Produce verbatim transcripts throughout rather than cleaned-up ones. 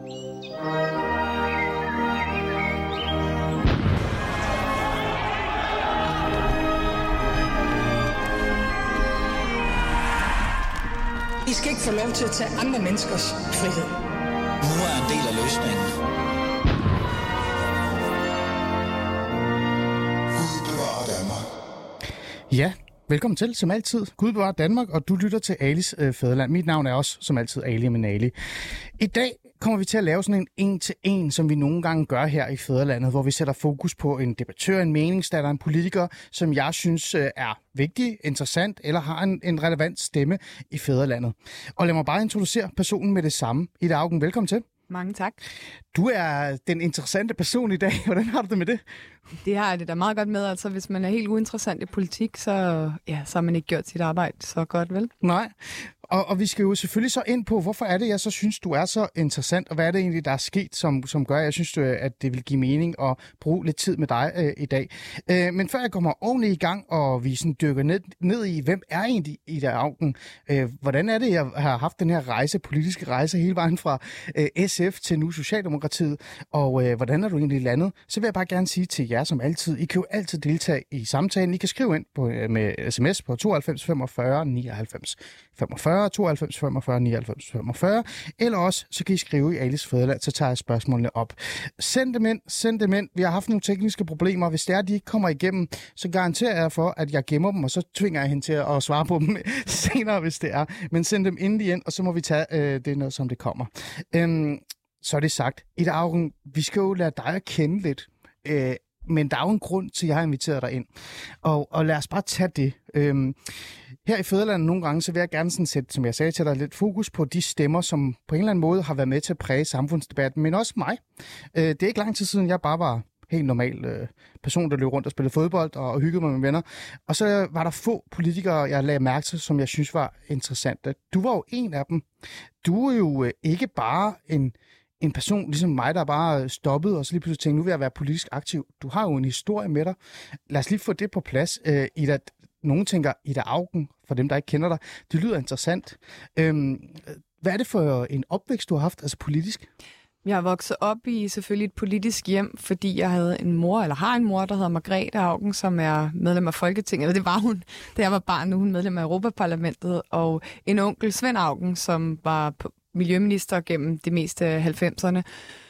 I skal ikke få lov til at tage andre menneskers frihed. Nu er en del af løsningen. Gud bevarer Danmark. Ja, velkommen til, som altid. Gud bevarer Danmark, og du lytter til Alis øh, Fædreland. Mit navn er også, som altid, Ali Menali. I dag kommer vi til at lave sådan en en-til-en, som vi nogle gange gør her i Fædrelandet, hvor vi sætter fokus på en debattør, en meningsdatter, en politiker, som jeg synes øh, er vigtig, interessant eller har en, en relevant stemme i Fædrelandet. Og lad mig bare introducere personen med det samme. Ida Auken, velkommen til. Mange tak. Du er den interessante person i dag. Hvordan har du det med det? Det har jeg det da meget godt med. Altså, hvis man er helt uinteressant i politik, så, ja, så har man ikke gjort sit arbejde så godt, vel? Nej. Og, og vi skal jo selvfølgelig så ind på, hvorfor er det, jeg så synes, du er så interessant, og hvad er det egentlig, der er sket, som, som gør, at jeg synes, at det vil give mening at bruge lidt tid med dig øh, i dag. Øh, men før jeg kommer ordentligt i gang, og vi sådan dykker ned, ned i, hvem er egentlig Ida Auken? Øh, hvordan er det, jeg har haft den her rejse, politiske rejse, hele vejen fra øh, S F til nu Socialdemokratiet, og øh, hvordan er du egentlig landet? Så vil jeg bare gerne sige til jer, som altid, I kan jo altid deltage i samtalen. I kan skrive ind på, øh, med sms på tooghalvfems femogfyrre nioghalvfems femogfyrre, tooghalvfems femogfyrre nioghalvfems femogfyrre, eller også så kan I skrive i Alis Fædreland, så tager jeg spørgsmålene op. Send dem ind, send dem ind. Vi har haft nogle tekniske problemer. Hvis det er, de ikke kommer igennem, så garanterer jeg for, at jeg gemmer dem, og så tvinger jeg hende til at svare på dem senere, hvis det er. Men send dem endelig ind, og så må vi tage øh, det noget, som det kommer. Øhm, så er det sagt. Ida Auken, vi skal jo lade dig at kende lidt. Øh, men der er jo en grund til, at jeg har inviteret dig ind. Og, og lad os bare tage det. Øhm, Her i Fædrelandet nogle gange, så vil jeg gerne sådan sætte, som jeg sagde til dig, lidt fokus på de stemmer, som på en eller anden måde har været med til at præge samfundsdebatten, men også mig. Øh, det er ikke lang tid siden, jeg bare var helt normal øh, person, der løb rundt og spillede fodbold og, og hyggede mig med venner. Og så var der få politikere, jeg lagde mærke til, som jeg synes var interessante. Du var jo en af dem. Du er jo øh, ikke bare en, en person, ligesom mig, der bare stoppede og så lige pludselig tænkte, nu vil jeg være politisk aktiv. Du har jo en historie med dig. Lad os lige få det på plads. Øh, Ida, nogen tænker, Ida Auken, for dem, der ikke kender dig, det lyder interessant. Øhm, hvad er det for en opvækst, du har haft, altså politisk? Jeg er vokset op i selvfølgelig et politisk hjem, fordi jeg havde en mor, eller har en mor, der hedder Margrethe Auken, som er medlem af Folketinget. Eller det var hun, da jeg var barn, nu er hun medlem af Europaparlamentet. Og en onkel, Svend Auken, som var miljøminister gennem det meste af halvfemserne.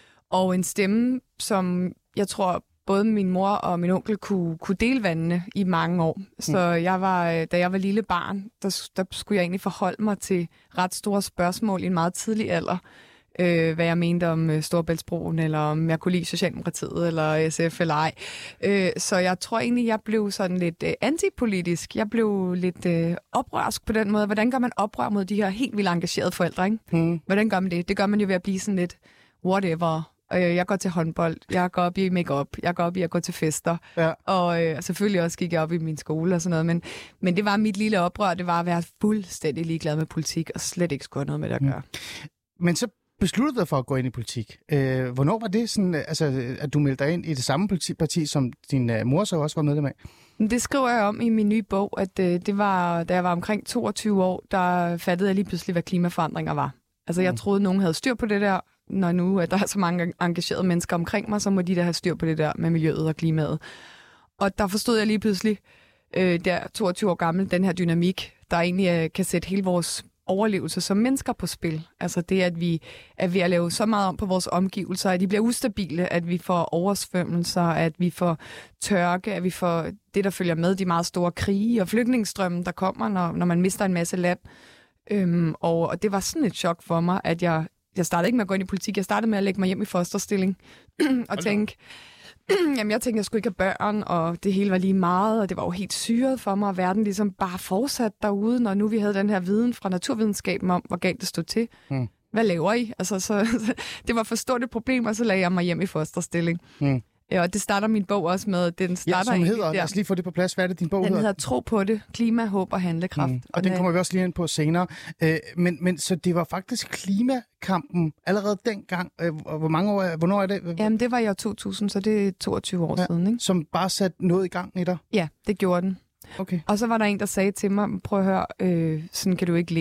Og en stemme, som jeg tror både min mor og min onkel kunne, kunne dele vandene i mange år. Så jeg var, da jeg var lille barn, der, der skulle jeg egentlig forholde mig til ret store spørgsmål i en meget tidlig alder. Øh, hvad jeg mente om øh, Storebæltsbroen, eller om jeg kunne lide Socialdemokratiet, eller S F, eller ej. Øh, så jeg tror egentlig, jeg blev sådan lidt øh, antipolitisk. Jeg blev lidt øh, oprørsk på den måde. Hvordan gør man oprør mod de her helt vildt engagerede forældre, ikke? Mm. Hvordan gør man det? Det gør man jo ved at blive sådan lidt whatever. Jeg går til håndbold, jeg går op i make-up, jeg går op i at gå til fester, ja. og øh, selvfølgelig også gik jeg op i min skole og sådan noget, men, men det var mit lille oprør, det var at være fuldstændig ligeglad med politik, og slet ikke skulle have noget med det at gøre. Mm. Men så besluttede du dig for at gå ind i politik. Øh, hvornår var det sådan, altså, at du meldte dig ind i det samme parti, som din uh, mor så også var medlem af? Det skriver jeg om i min nye bog, at øh, det var, da jeg var omkring toogtyve år, der fattede jeg lige pludselig, hvad klimaforandringer var. Altså, jeg mm. troede, nogen havde styr på det der. Når nu at der er så mange engagerede mennesker omkring mig, så må de da have styr på det der med miljøet og klimaet. Og der forstod jeg lige pludselig, øh, der toogtyve år gammel, den her dynamik, der egentlig øh, kan sætte hele vores overlevelse som mennesker på spil. Altså det, at vi er ved at lave så meget om på vores omgivelser, at de bliver ustabile, at vi får oversvømmelser, at vi får tørke, at vi får det, der følger med, de meget store krige og flygtningestrømmen, der kommer, når, når man mister en masse land. Øhm, og, og det var sådan et chok for mig, at jeg Jeg startede ikke med at gå ind i politik. Jeg startede med at lægge mig hjem i fosterstilling og tænke, jamen jeg tænkte, jeg skulle ikke have børn, og det hele var lige meget, og det var jo helt syret for mig, og verden ligesom bare fortsat derude, når nu vi havde den her viden fra naturvidenskaben om, hvor galt det stod til. Hmm. Hvad laver I? Altså, så, det var for stort et problem, og så lagde jeg mig hjem i fosterstilling. Hmm. Ja, og det starter min bog også med. Den starter ja, som hedder, lad os lige få det på plads. Hvad er det, din bog den hedder? Den hedder Tro på det. Klima, håb og handlekraft. Mm. Og, og den kommer vi også lige ind på senere. Øh, men, men så det var faktisk klimakampen allerede dengang. Øh, hvor mange år, hvornår er det? Jamen, det var i år to tusind, så det er toogtyve år ja, siden. Ikke? Som bare satte noget i gang i dig? Ja, det gjorde den. Okay. Og så var der en, der sagde til mig, prøv at høre, øh, sådan kan du ikke leve.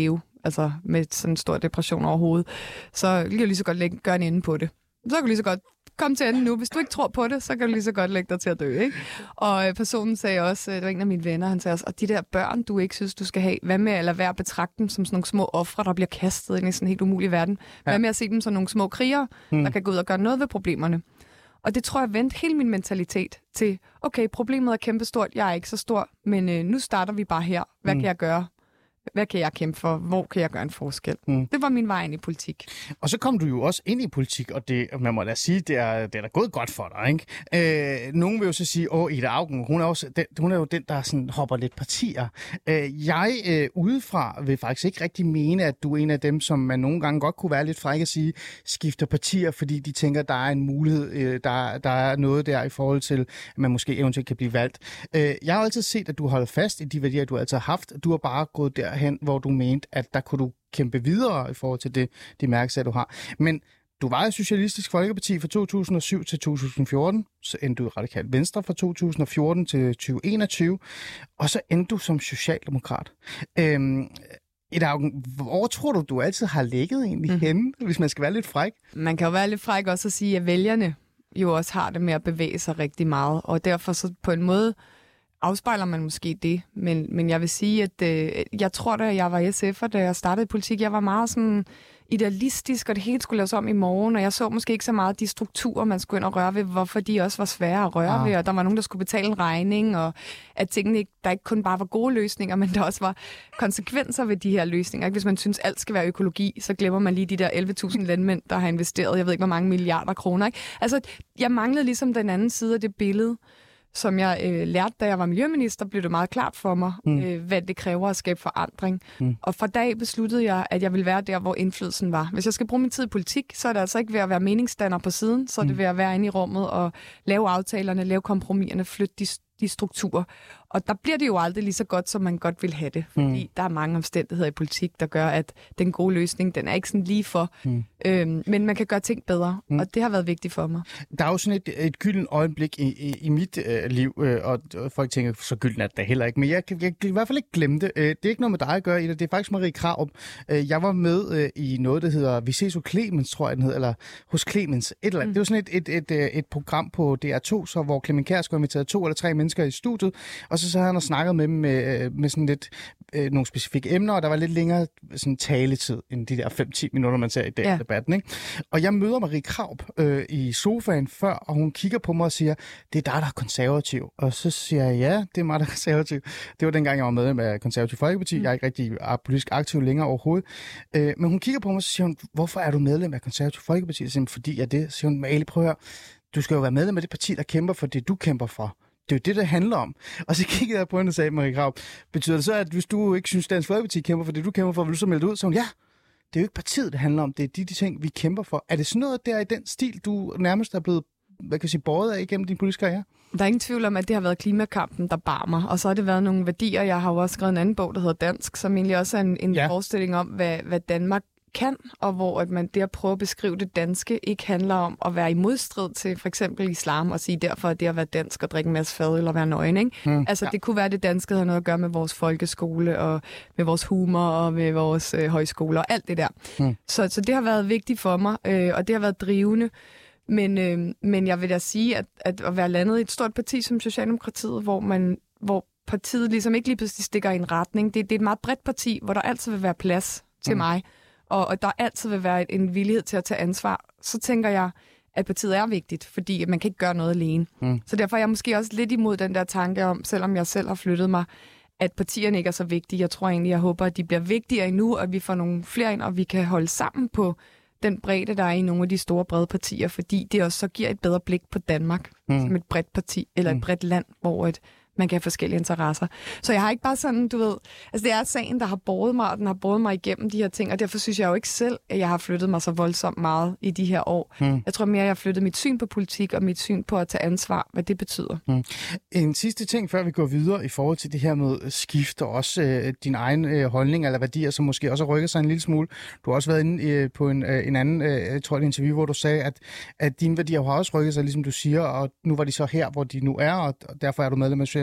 altså med sådan en stor depression overhovedet, så kan du lige så godt lægge, gøre en ende på det. Så kan du lige så godt komme til enden nu. Hvis du ikke tror på det, så kan du lige så godt lægge dig til at dø, ikke? Og personen sagde også, det var en af mine venner, han sagde også, og de der børn, du ikke synes, du skal have, hvad med at lade være at betragte dem som sådan nogle små ofre, der bliver kastet ind i sådan en helt umulig verden? Hvad ja. med at se dem som nogle små krigere, hmm. der kan gå ud og gøre noget ved problemerne? Og det tror jeg vendte hele min mentalitet til, okay, problemet er kæmpestort, jeg er ikke så stor, men øh, nu starter vi bare her. Hvad hmm. kan jeg gøre? Hvad kan jeg kæmpe for? Hvor kan jeg gøre en forskel? Mm. Det var min vej ind i politik. Og så kom du jo også ind i politik, og det, man må da sige, det er, det er da gået godt for dig, ikke? Øh, nogen vil jo så sige, åh, Ida Auken, hun er, også den, hun er jo den, der sådan hopper lidt partier. Øh, jeg øh, udefra vil faktisk ikke rigtig mene, at du er en af dem, som man nogle gange godt kunne være lidt fræk at sige, skifter partier, fordi de tænker, der er en mulighed, øh, der, der er noget der i forhold til, at man måske eventuelt kan blive valgt. Øh, jeg har altid set, at du holder fast i de værdier, du altid har haft. Du har bare gået der hen, hvor du mente, at der kunne du kæmpe videre i forhold til det, de mærkesæt, du har. Men du var i Socialistisk Folkeparti fra to tusind og syv til to tusind og fjorten, så endte du i Radikalt Venstre fra to tusind og fjorten til tyve enogtyve, og så endte du som socialdemokrat. Øhm, Ida Auken, hvor tror du, du altid har ligget egentlig mm. henne, hvis man skal være lidt fræk? Man kan jo være lidt fræk også at sige, at vælgerne jo også har det med at bevæge sig rigtig meget, og derfor så på en måde afspejler man måske det, men, men jeg vil sige, at øh, jeg tror da, jeg var S F'er, da jeg startede i politik. Jeg var meget sådan idealistisk, og det hele skulle laves om i morgen, og jeg så måske ikke så meget de strukturer, man skulle ind og røre ved, hvorfor de også var svære at røre ah. ved, og der var nogen, der skulle betale en regning, og at tingene ikke, der ikke kun bare var gode løsninger, men der også var konsekvenser ved de her løsninger. Hvis man synes, alt skal være økologi, så glemmer man lige de der elleve tusind landmænd, der har investeret, jeg ved ikke, hvor mange milliarder kroner. Ikke? Altså, jeg manglede ligesom den anden side af det billede, som jeg øh, lærte, da jeg var miljøminister, blev det meget klart for mig, mm. øh, hvad det kræver at skabe forandring. Mm. Og fra dag besluttede jeg, at jeg ville være der, hvor indflydelsen var. Hvis jeg skal bruge min tid i politik, så er det altså ikke ved at være meningsdanner på siden, så er det mm. ved at være inde i rummet og lave aftalerne, lave kompromiserne, flytte de, de strukturer. Og der bliver det jo aldrig lige så godt, som man godt vil have det, fordi mm. der er mange omstændigheder i politik, der gør, at den gode løsning, den er ikke sådan lige for, mm. øhm, men man kan gøre ting bedre, mm. og det har været vigtigt for mig. Der er jo sådan et, et gylden øjeblik i, i, i mit øh, liv, øh, og folk tænker, så gylden er det heller ikke, men jeg, jeg, jeg kan i hvert fald ikke glemme det. Øh, det er ikke noget med dig at gøre, Ida, det er faktisk Marie Krarup. Øh, jeg var med øh, i noget, der hedder Vi ses hos Clemens, tror jeg den hedder, eller hos Clemens, et eller andet. Mm. Det var sådan et, et, et, et, et program på D R to, så, hvor Clement Kjærsgaard inviterede to eller tre mennesker i studiet, og så så havde han snakket med dem med, med sådan lidt øh, nogle specifikke emner, og der var lidt længere sådan taletid end de der fem til ti minutter, man ser i dag i ja. debatten. Ikke? Og jeg møder Marie Krarup øh, i sofaen før, og hun kigger på mig og siger, det er dig, der er konservativ. Og så siger jeg, ja, det er mig, der er konservativ. Det var dengang, jeg var medlem af Konservativ Folkeparti. Mm. Jeg er ikke rigtig politisk aktiv længere overhovedet. Øh, men hun kigger på mig, og så siger hun, hvorfor er du medlem af Konservativ Folkeparti? Jeg siger, fordi jeg det. Så siger hun, Malie, prøv at høre, du skal jo være medlem af det parti, der kæmper for det, du kæmper for. Det er jo det, det handler om. Og så kiggede jeg på hende og sagde, Marie Krarup, betyder det så, at hvis du ikke synes, Dansk Folkeparti kæmper for det, du kæmper for, vil du så melde ud? Så hun, ja, det er jo ikke partiet, det handler om. Det er de, de ting, vi kæmper for. Er det sådan noget der i den stil, du nærmest er blevet, hvad kan jeg sige, båret af igennem din politiske karriere? Der er ingen tvivl om, at det har været klimakampen, der bar mig. Og så har det været nogle værdier. Jeg har jo også skrevet en anden bog, der hedder Dansk, som egentlig også er en, en ja. forestilling om, hvad, hvad Danmark kan, og hvor at man det at prøve at beskrive det danske ikke handler om at være i modstrid til for eksempel islam og sige derfor at det at være dansk og drikke en masse fad eller være nøgen, ikke? Mm, altså ja. det kunne være, at det danske havde noget at gøre med vores folkeskole og med vores humor og med vores øh, højskoler og alt det der. Mm. Så, så det har været vigtigt for mig, øh, og det har været drivende. Men, øh, men jeg vil da sige, at, at at være landet i et stort parti som Socialdemokratiet, hvor man hvor partiet ligesom ikke lige pludselig stikker i en retning. Det, det er et meget bredt parti, hvor der altid vil være plads til mm. mig. Og, og der altid vil være en villighed til at tage ansvar, så tænker jeg, at partiet er vigtigt, fordi man kan ikke gøre noget alene. Mm. Så derfor er jeg måske også lidt imod den der tanke om, selvom jeg selv har flyttet mig, at partierne ikke er så vigtige. Jeg tror egentlig, jeg håber, at de bliver vigtigere endnu, og at vi får nogle flere ind, og vi kan holde sammen på den bredde, der er i nogle af de store brede partier, fordi det også så giver et bedre blik på Danmark mm. som et bredt parti, eller et bredt land, hvor et man kan have forskellige interesser. Så jeg har ikke bare sådan, du ved, altså det er sagen, der har båret mig, og den har båret mig igennem de her ting, og derfor synes jeg jo ikke selv, at jeg har flyttet mig så voldsomt meget i de her år. Mm. Jeg tror mere, jeg har flyttet mit syn på politik, og mit syn på at tage ansvar, hvad det betyder. Mm. En sidste ting, før vi går videre i forhold til det her med skift, og også øh, din egen øh, holdning eller værdier, som måske også har rykket sig en lille smule. Du har også været inde øh, på en, øh, en anden, øh, jeg tror, et interview, hvor du sagde, at, at dine værdier har også rykket sig, ligesom du siger, og nu var de så her, hvor de nu er, og derfor er du medlem af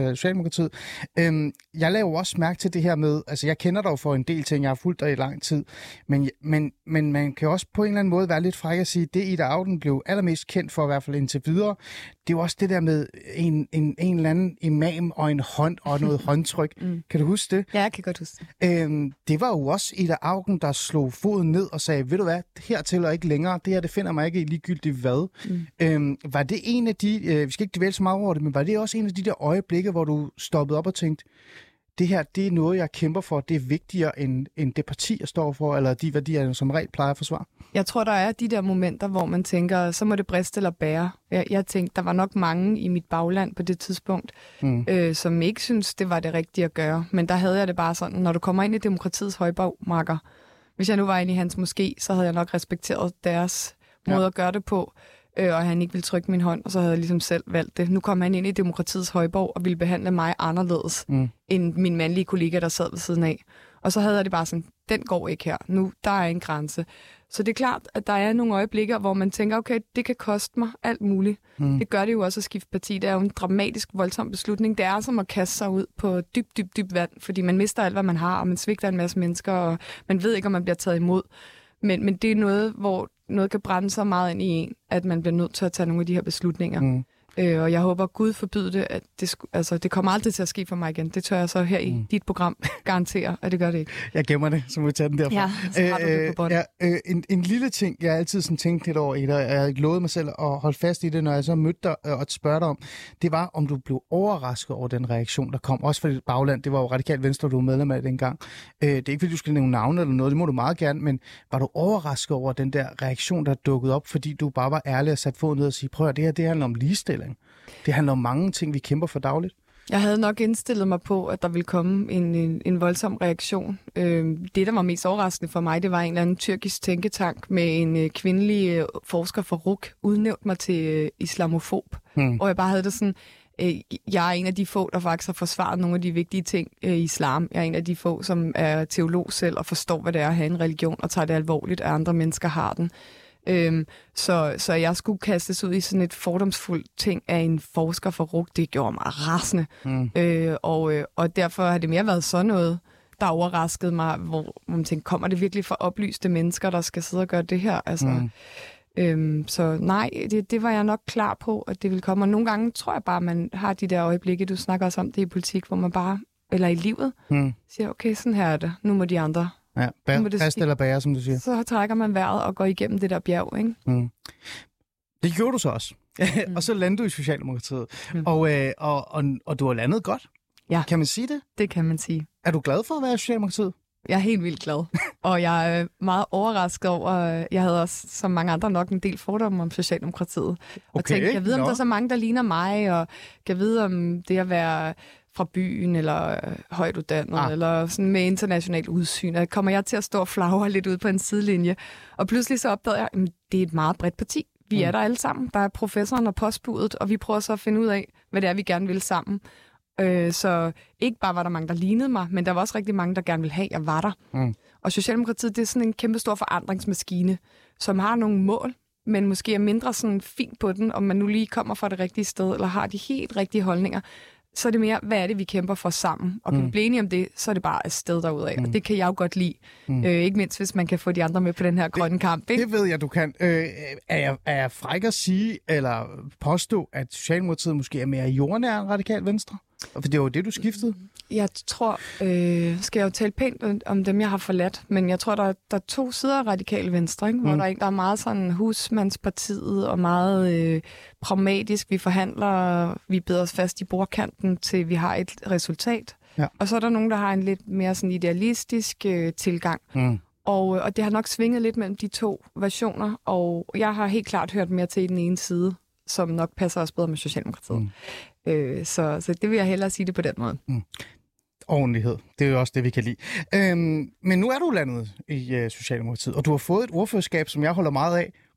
øh, Socialdemokratiet. Øhm, jeg laver jo også mærke til det her med, altså jeg kender dig jo for en del ting, jeg har fulgt dig i lang tid, men, men, men man kan også på en eller anden måde være lidt fræk at sige, det Ida Auken blev allermest kendt for, i hvert fald indtil videre, det er jo også det der med en, en, en eller anden imam og en hånd og noget håndtryk. Mm. Kan du huske det? Ja, jeg kan godt huske det. Øhm, det var jo også Ida Auken, der slog foden ned og sagde, ved du hvad, hertil og ikke længere, det her det finder mig ikke i ligegyldigt hvad. Mm. Øhm, var det en af de, øh, vi skal ikke dvæle så meget over det, men var det også en af de der øjeblikke, hvor du stoppede op og tænkte, det her, det er noget, jeg kæmper for, det er vigtigere end, end det parti, jeg står for, eller de værdier, jeg som regel plejer at forsvare? Jeg tror, der er de der momenter, hvor man tænker, så må det briste eller bære. Jeg, jeg tænkte, der var nok mange i mit bagland på det tidspunkt, mm. øh, som ikke synes det var det rigtige at gøre. Men der havde jeg det bare sådan, når du kommer ind i demokratiets højborg, Marker, hvis jeg nu var inde i hans moské, så havde jeg nok respekteret deres måde ja. at gøre det på, øh, og han ikke ville trykke min hånd, og så havde jeg ligesom selv valgt det. Nu kom han ind i demokratiets højborg og ville behandle mig anderledes mm. end min mandlige kollega, der sad ved siden af. Og så havde jeg det bare sådan, den går ikke her. Nu, der er en grænse. Så det er klart, at der er nogle øjeblikke, hvor man tænker, okay, det kan koste mig alt muligt. Mm. Det gør det jo også at skifte parti. Det er jo en dramatisk, voldsom beslutning. Det er som at kaste sig ud på dyb, dyb, dyb vand, fordi man mister alt, hvad man har, og man svigter en masse mennesker, og man ved ikke, om man bliver taget imod. Men, men det er noget, hvor noget kan brænde så meget ind i en, at man bliver nødt til at tage nogle af de her beslutninger. Mm. Øh, og jeg håber, Gud forbyde det, at det, altså, det kommer aldrig til at ske for mig igen. Det tør jeg så her i mm. dit program garantere, at det gør det ikke. Jeg gemmer det, så må vi tage den derfra. Ja, så har du det på bånd. Ja, øh, en, en lille ting, jeg altid sådan tænkte lidt over, Ida, jeg havde lovet mig selv at holde fast i det, når jeg så mødte dig og spørge dig om, det var, om du blev overrasket over den reaktion, der kom. Også for dit bagland, det var jo Radikalt Venstre, du var medlem af dengang. Øh, det er ikke, fordi du skal nævne navne eller noget, det må du meget gerne, men var du overrasket over den der reaktion, der dukkede op, fordi du bare var ærlig og satte foden ned og sige, prøv at det her, det handler om ligestilling. Det handler om mange ting, vi kæmper for dagligt. Jeg havde nok indstillet mig på, at der ville komme en, en, en voldsom reaktion. Øh, det, der var mest overraskende for mig, det var en eller anden tyrkisk tænketank med en øh, kvindelig øh, forsker fra R U C, udnævnt mig til øh, islamofob. Hmm. Og jeg bare havde det sådan, øh, jeg er en af de få, der faktisk har forsvaret nogle af de vigtige ting øh, i islam. Jeg er en af de få, som er teolog selv og forstår, hvad det er at have en religion og tager det alvorligt, at andre mennesker har den. Øhm, så, så jeg skulle kastes ud i sådan et fordomsfuldt ting af en forsker for R U C. Det gjorde mig rasende. Mm. Øh, og, øh, og derfor har det mere været sådan noget, der overraskede mig, hvor, hvor man tænkte, kommer det virkelig for oplyste mennesker, der skal sidde og gøre det her? Altså, mm. øhm, så nej, det, det var jeg nok klar på, at det ville komme. Og nogle gange tror jeg bare, man har de der øjeblikke, du snakker også om det i politik, hvor man bare, eller i livet, mm. siger, okay, sådan her er det. Nu må de andre... Ja, bære, eller bære, som du siger. Så trækker man vejret og går igennem det der bjerg, ikke? Mm. Det gjorde du så også. Mm. Og så landede du i Socialdemokratiet. Mm. Og, øh, og, og, og du har landet godt. Ja. Kan man sige det? Det kan man sige. Er du glad for at være i Socialdemokratiet? Jeg er helt vildt glad. Og jeg er meget overrasket over, jeg havde også, som mange andre, nok en del fordomme om Socialdemokratiet. Og okay, tænkte, jeg ved, om no. der er så mange, der ligner mig, og jeg ved, om det at være fra byen, eller højt uddannet, ah. eller sådan med internationalt udsyn. Og kommer jeg til at stå og flagre lidt ud på en sidelinje. Og pludselig så opdagede jeg, at det er et meget bredt parti. Vi mm. er der alle sammen. Der er professoren og postbudet, og vi prøver så at finde ud af, hvad det er, vi gerne vil sammen. Øh, så ikke bare var der mange, der lignede mig, men der var også rigtig mange, der gerne ville have, at jeg var der. Mm. Og Socialdemokratiet, det er sådan en kæmpe stor forandringsmaskine, som har nogle mål, men måske er mindre sådan fint på den, om man nu lige kommer fra det rigtige sted, eller har de helt rigtige holdninger. Så er det mere, hvad er det, vi kæmper for sammen? Og kan mm. vi blive enige om det, så er det bare et sted derudad. Mm. Og det kan jeg jo godt lide. Mm. Øh, ikke mindst, hvis man kan få de andre med på den her grønne kamp. Ikke? Det ved jeg, du kan. Øh, er, jeg, er jeg fræk at sige, eller påstå, at Socialdemokratiet måske er mere jordnær end Radikalt Venstre? For det var jo det, du skiftede. Jeg tror, øh, skal jeg jo tale pænt om dem, jeg har forladt, men jeg tror, der er, der er to sider af Radikale Venstre, ikke? Hvor mm. der, er, der er meget sådan husmandspartiet og meget øh, pragmatisk. Vi forhandler, vi beder os fast i bordkanten, til vi har et resultat. Ja. Og så er der nogen, der har en lidt mere sådan idealistisk øh, tilgang. Mm. Og, og det har nok svinget lidt mellem de to versioner, og jeg har helt klart hørt mere til i den ene side, som nok passer også bedre med Socialdemokratiet. Mm. Øh, så, så det vil jeg hellere sige det på den måde. Mm. Ordentlighed. Det er jo også det, vi kan lide. Øhm, men nu er du landet i uh, Socialdemokratiet, og du har fået et ordførerskab, som jeg holder meget af.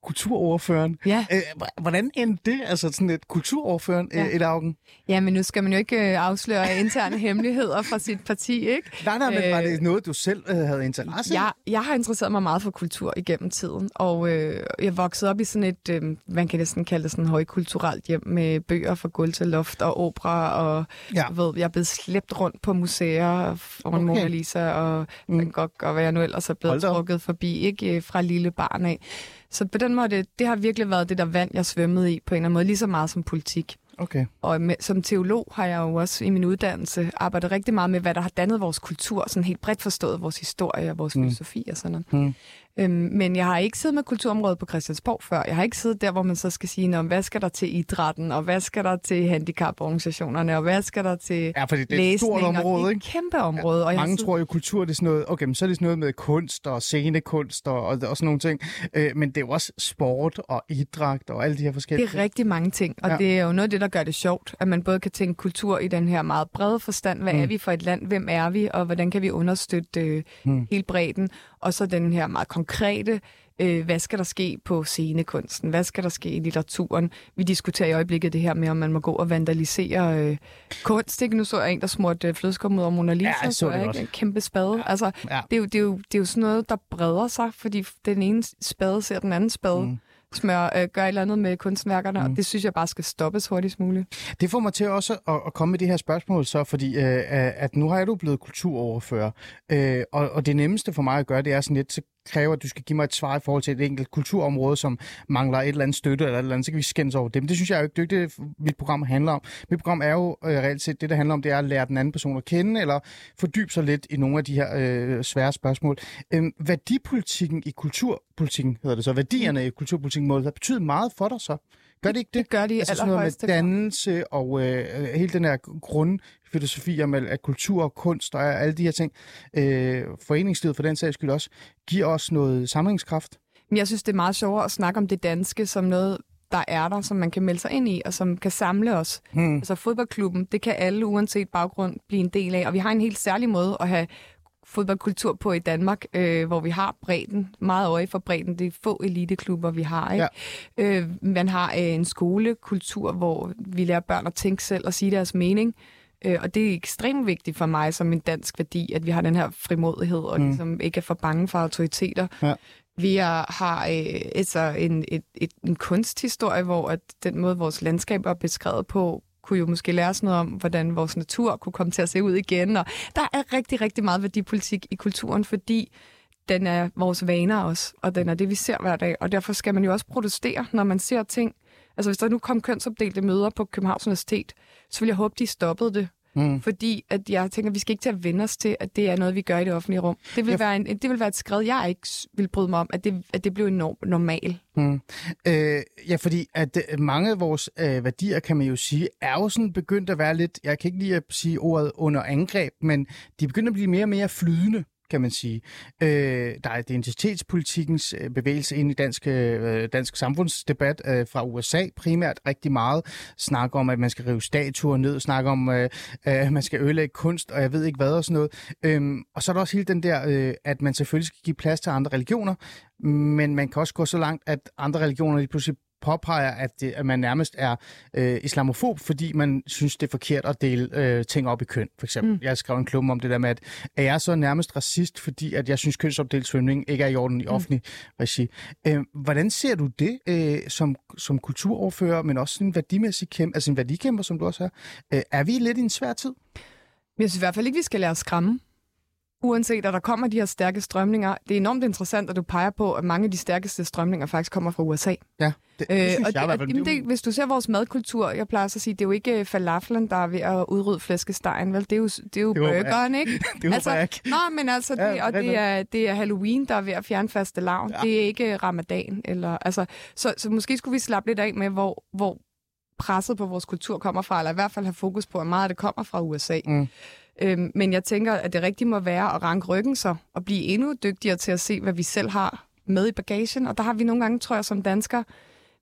kulturoverføreren. Ja. Øh, hvordan endte det? Altså sådan et kulturoverføreren ja. i Augen? Ja, men nu skal man jo ikke afsløre interne hemmeligheder fra sit parti, ikke? Nej, nej, men øh, var det noget, du selv øh, havde interesse i? Jeg, jeg har interesseret mig meget for kultur igennem tiden, og øh, jeg voksede op i sådan et, øh, man kan næsten kalde det sådan et højkulturelt hjem med bøger fra gulv til loft og opera, og ja. jeg, ved, jeg er blevet slæbt rundt på museer foran okay. Mona Lisa og Van mm. Gogh og hvad jeg nu ellers er blevet trukket forbi, ikke fra lille barn af. Så på den måde, det, det har virkelig været det der vand, jeg svømmede i på en eller anden måde, lige så meget som politik. Okay. Og med, som teolog har jeg jo også i min uddannelse arbejdet rigtig meget med, hvad der har dannet vores kultur, sådan helt bredt forstået vores historie og vores mm. filosofi og sådan noget. Mm. Øhm, men jeg har ikke siddet med kulturområdet på Christiansborg før. Jeg har ikke siddet der, hvor man så skal sige, hvad skal der til idrætten, og hvad skal der til handicaporganisationerne, og hvad skal der til ja, fordi det er et stort område, det er ikke? et kæmpe område. Ja, og mange siddet... tror jo, kultur det er sådan noget, okay, men så er det sådan noget med kunst og scenekunst og, og, og sådan nogle ting. Øh, men det er jo også sport og idræt og alle de her forskellige Det er rigtig mange ting, og ja. det er jo noget af det, der gør det sjovt, at man både kan tænke kultur i den her meget brede forstand. Hvad mm. er vi for et land? Hvem er vi? Og hvordan kan vi understøtte øh, mm. hele bredden? Og så den her meget konkrete, øh, hvad skal der ske på scenekunsten? Hvad skal der ske i litteraturen? Vi diskuterer i øjeblikket det her med, om man må gå og vandalisere øh, kunst. Ikke? Nu så jeg en, der smurte øh, flødeskum ud over Mona Lisa. Ja, så det ikke? En kæmpe spade. Ja. Altså, ja. det, er jo, det, er jo, det er jo sådan noget, der breder sig, fordi den ene spade ser den anden spade. Mm. smør, øh, gør et eller andet med kunstværkerne, mm. og det synes jeg bare skal stoppes hurtigst muligt. Det får mig til også at, at komme med det her spørgsmål, så, fordi øh, at nu har jeg jo blevet kulturoverfører, øh, og, og det nemmeste for mig at gøre, det er sådan lidt, så kræver, at du skal give mig et svar i forhold til et enkelt kulturområde, som mangler et eller andet støtte eller et eller andet, så kan vi skændes over det. Men det synes jeg er jo ikke det, det mit program handler om. Mit program er jo øh, reelt set, det der handler om, det er at lære den anden person at kende, eller fordybe sig lidt i nogle af de her øh, svære spørgsmål. Øh, værdipolitikken i kulturpolitikken, hedder det så, værdierne i kulturpolitikken, må det betyde meget for dig så? Gør det ikke det? Det gør det i altså sådan noget med grad. dannelse og øh, hele den her grundfilosofi om at kultur og kunst og alle de her ting, øh, foreningslivet for den sags skyld også, giver os noget sammenhængskraft. Jeg synes, det er meget sjovere at snakke om det danske som noget, der er der, som man kan melde sig ind i, og som kan samle os. Hmm. Altså fodboldklubben, det kan alle uanset baggrund blive en del af, og vi har en helt særlig måde at have fodboldkultur på i Danmark, øh, hvor vi har bredden, meget øje for bredden. Det er få eliteklubber, vi har. Ikke? Ja. Øh, man har øh, en skolekultur, hvor vi lærer børn at tænke selv og sige deres mening. Øh, og det er ekstremt vigtigt for mig som en dansk værdi, at vi har den her frimodighed, og mm. ligesom ikke er for bange for autoriteter. Ja. Vi er, har øh, altså en, et, et, en kunsthistorie, hvor at den måde, vores landskab er beskrevet på, kunne jo måske lære os noget om, hvordan vores natur kunne komme til at se ud igen. Og der er rigtig, rigtig meget værdipolitik i kulturen, fordi den er vores vaner også, og den er det, vi ser hver dag. Og derfor skal man jo også protestere, når man ser ting. Altså hvis der nu kom kønsopdelte møder på Københavns Universitet, så vil jeg håbe, de stoppede det. Mm. Fordi at jeg tænker, at vi skal ikke til at vende os til, at det er noget, vi gør i det offentlige rum. Det vil, ja. være, en, det vil være et skred, jeg ikke vil bryde mig om, at det, at det bliver enormt normal. Mm. Øh, ja, fordi at mange af vores øh, værdier, kan man jo sige, er jo sådan begyndt at være lidt, jeg kan ikke lige at sige ordet under angreb, men de er begyndt at blive mere og mere flydende, kan man sige. Øh, der er identitetspolitikkens øh, bevægelse ind i dansk, øh, dansk samfundsdebat øh, fra U S A primært rigtig meget. Snakker om, at man skal rive statuer ned, snakker om, øh, at man skal ødelægge kunst, og jeg ved ikke hvad og sådan noget. Øh, og så er der også hele den der, øh, at man selvfølgelig skal give plads til andre religioner, men man kan også gå så langt, at andre religioner lige pludselig påpeger, at, det, at man nærmest er øh, islamofob, fordi man synes, det er forkert at dele øh, ting op i køn, for eksempel. Mm. Jeg skrev en klumme om det der med, at er jeg så nærmest racist, fordi at jeg synes, kønsopdelt svømning ikke er i orden i mm. offentlig regi. Øh, hvordan ser du det øh, som, som kulturoverfører, men også en værdimæssig kæmpe, altså en værdikæmper, som du også er? Øh, er vi lidt i en svær tid? Jeg synes i hvert fald ikke, vi skal lade os skræmme. Uanset at der kommer de her stærke strømninger. Det er enormt interessant, at du peger på, at mange af de stærkeste strømninger faktisk kommer fra U S A. Ja, det, det synes øh, og jeg i hvert fald. Det, det, hvis du ser vores madkultur, jeg plejer at sige, det er jo ikke falafelen, der er ved at udrydde flæskestegen, vel? Det er jo, det er jo det burgeren, ikke? Det altså, jeg ikke. Nå, men altså, det, ja, og det er, det er Halloween, der er ved at fjerne fastelavn. Ja. Det er ikke ramadan. Eller, altså, så, så måske skulle vi slappe lidt af med, hvor, hvor presset på vores kultur kommer fra, eller i hvert fald have fokus på, at meget af det kommer fra U S A. Mm. Øhm, men jeg tænker, at det rigtige må være at ranke ryggen så, og blive endnu dygtigere til at se, hvad vi selv har med i bagagen. Og der har vi nogle gange, tror jeg, som danskere,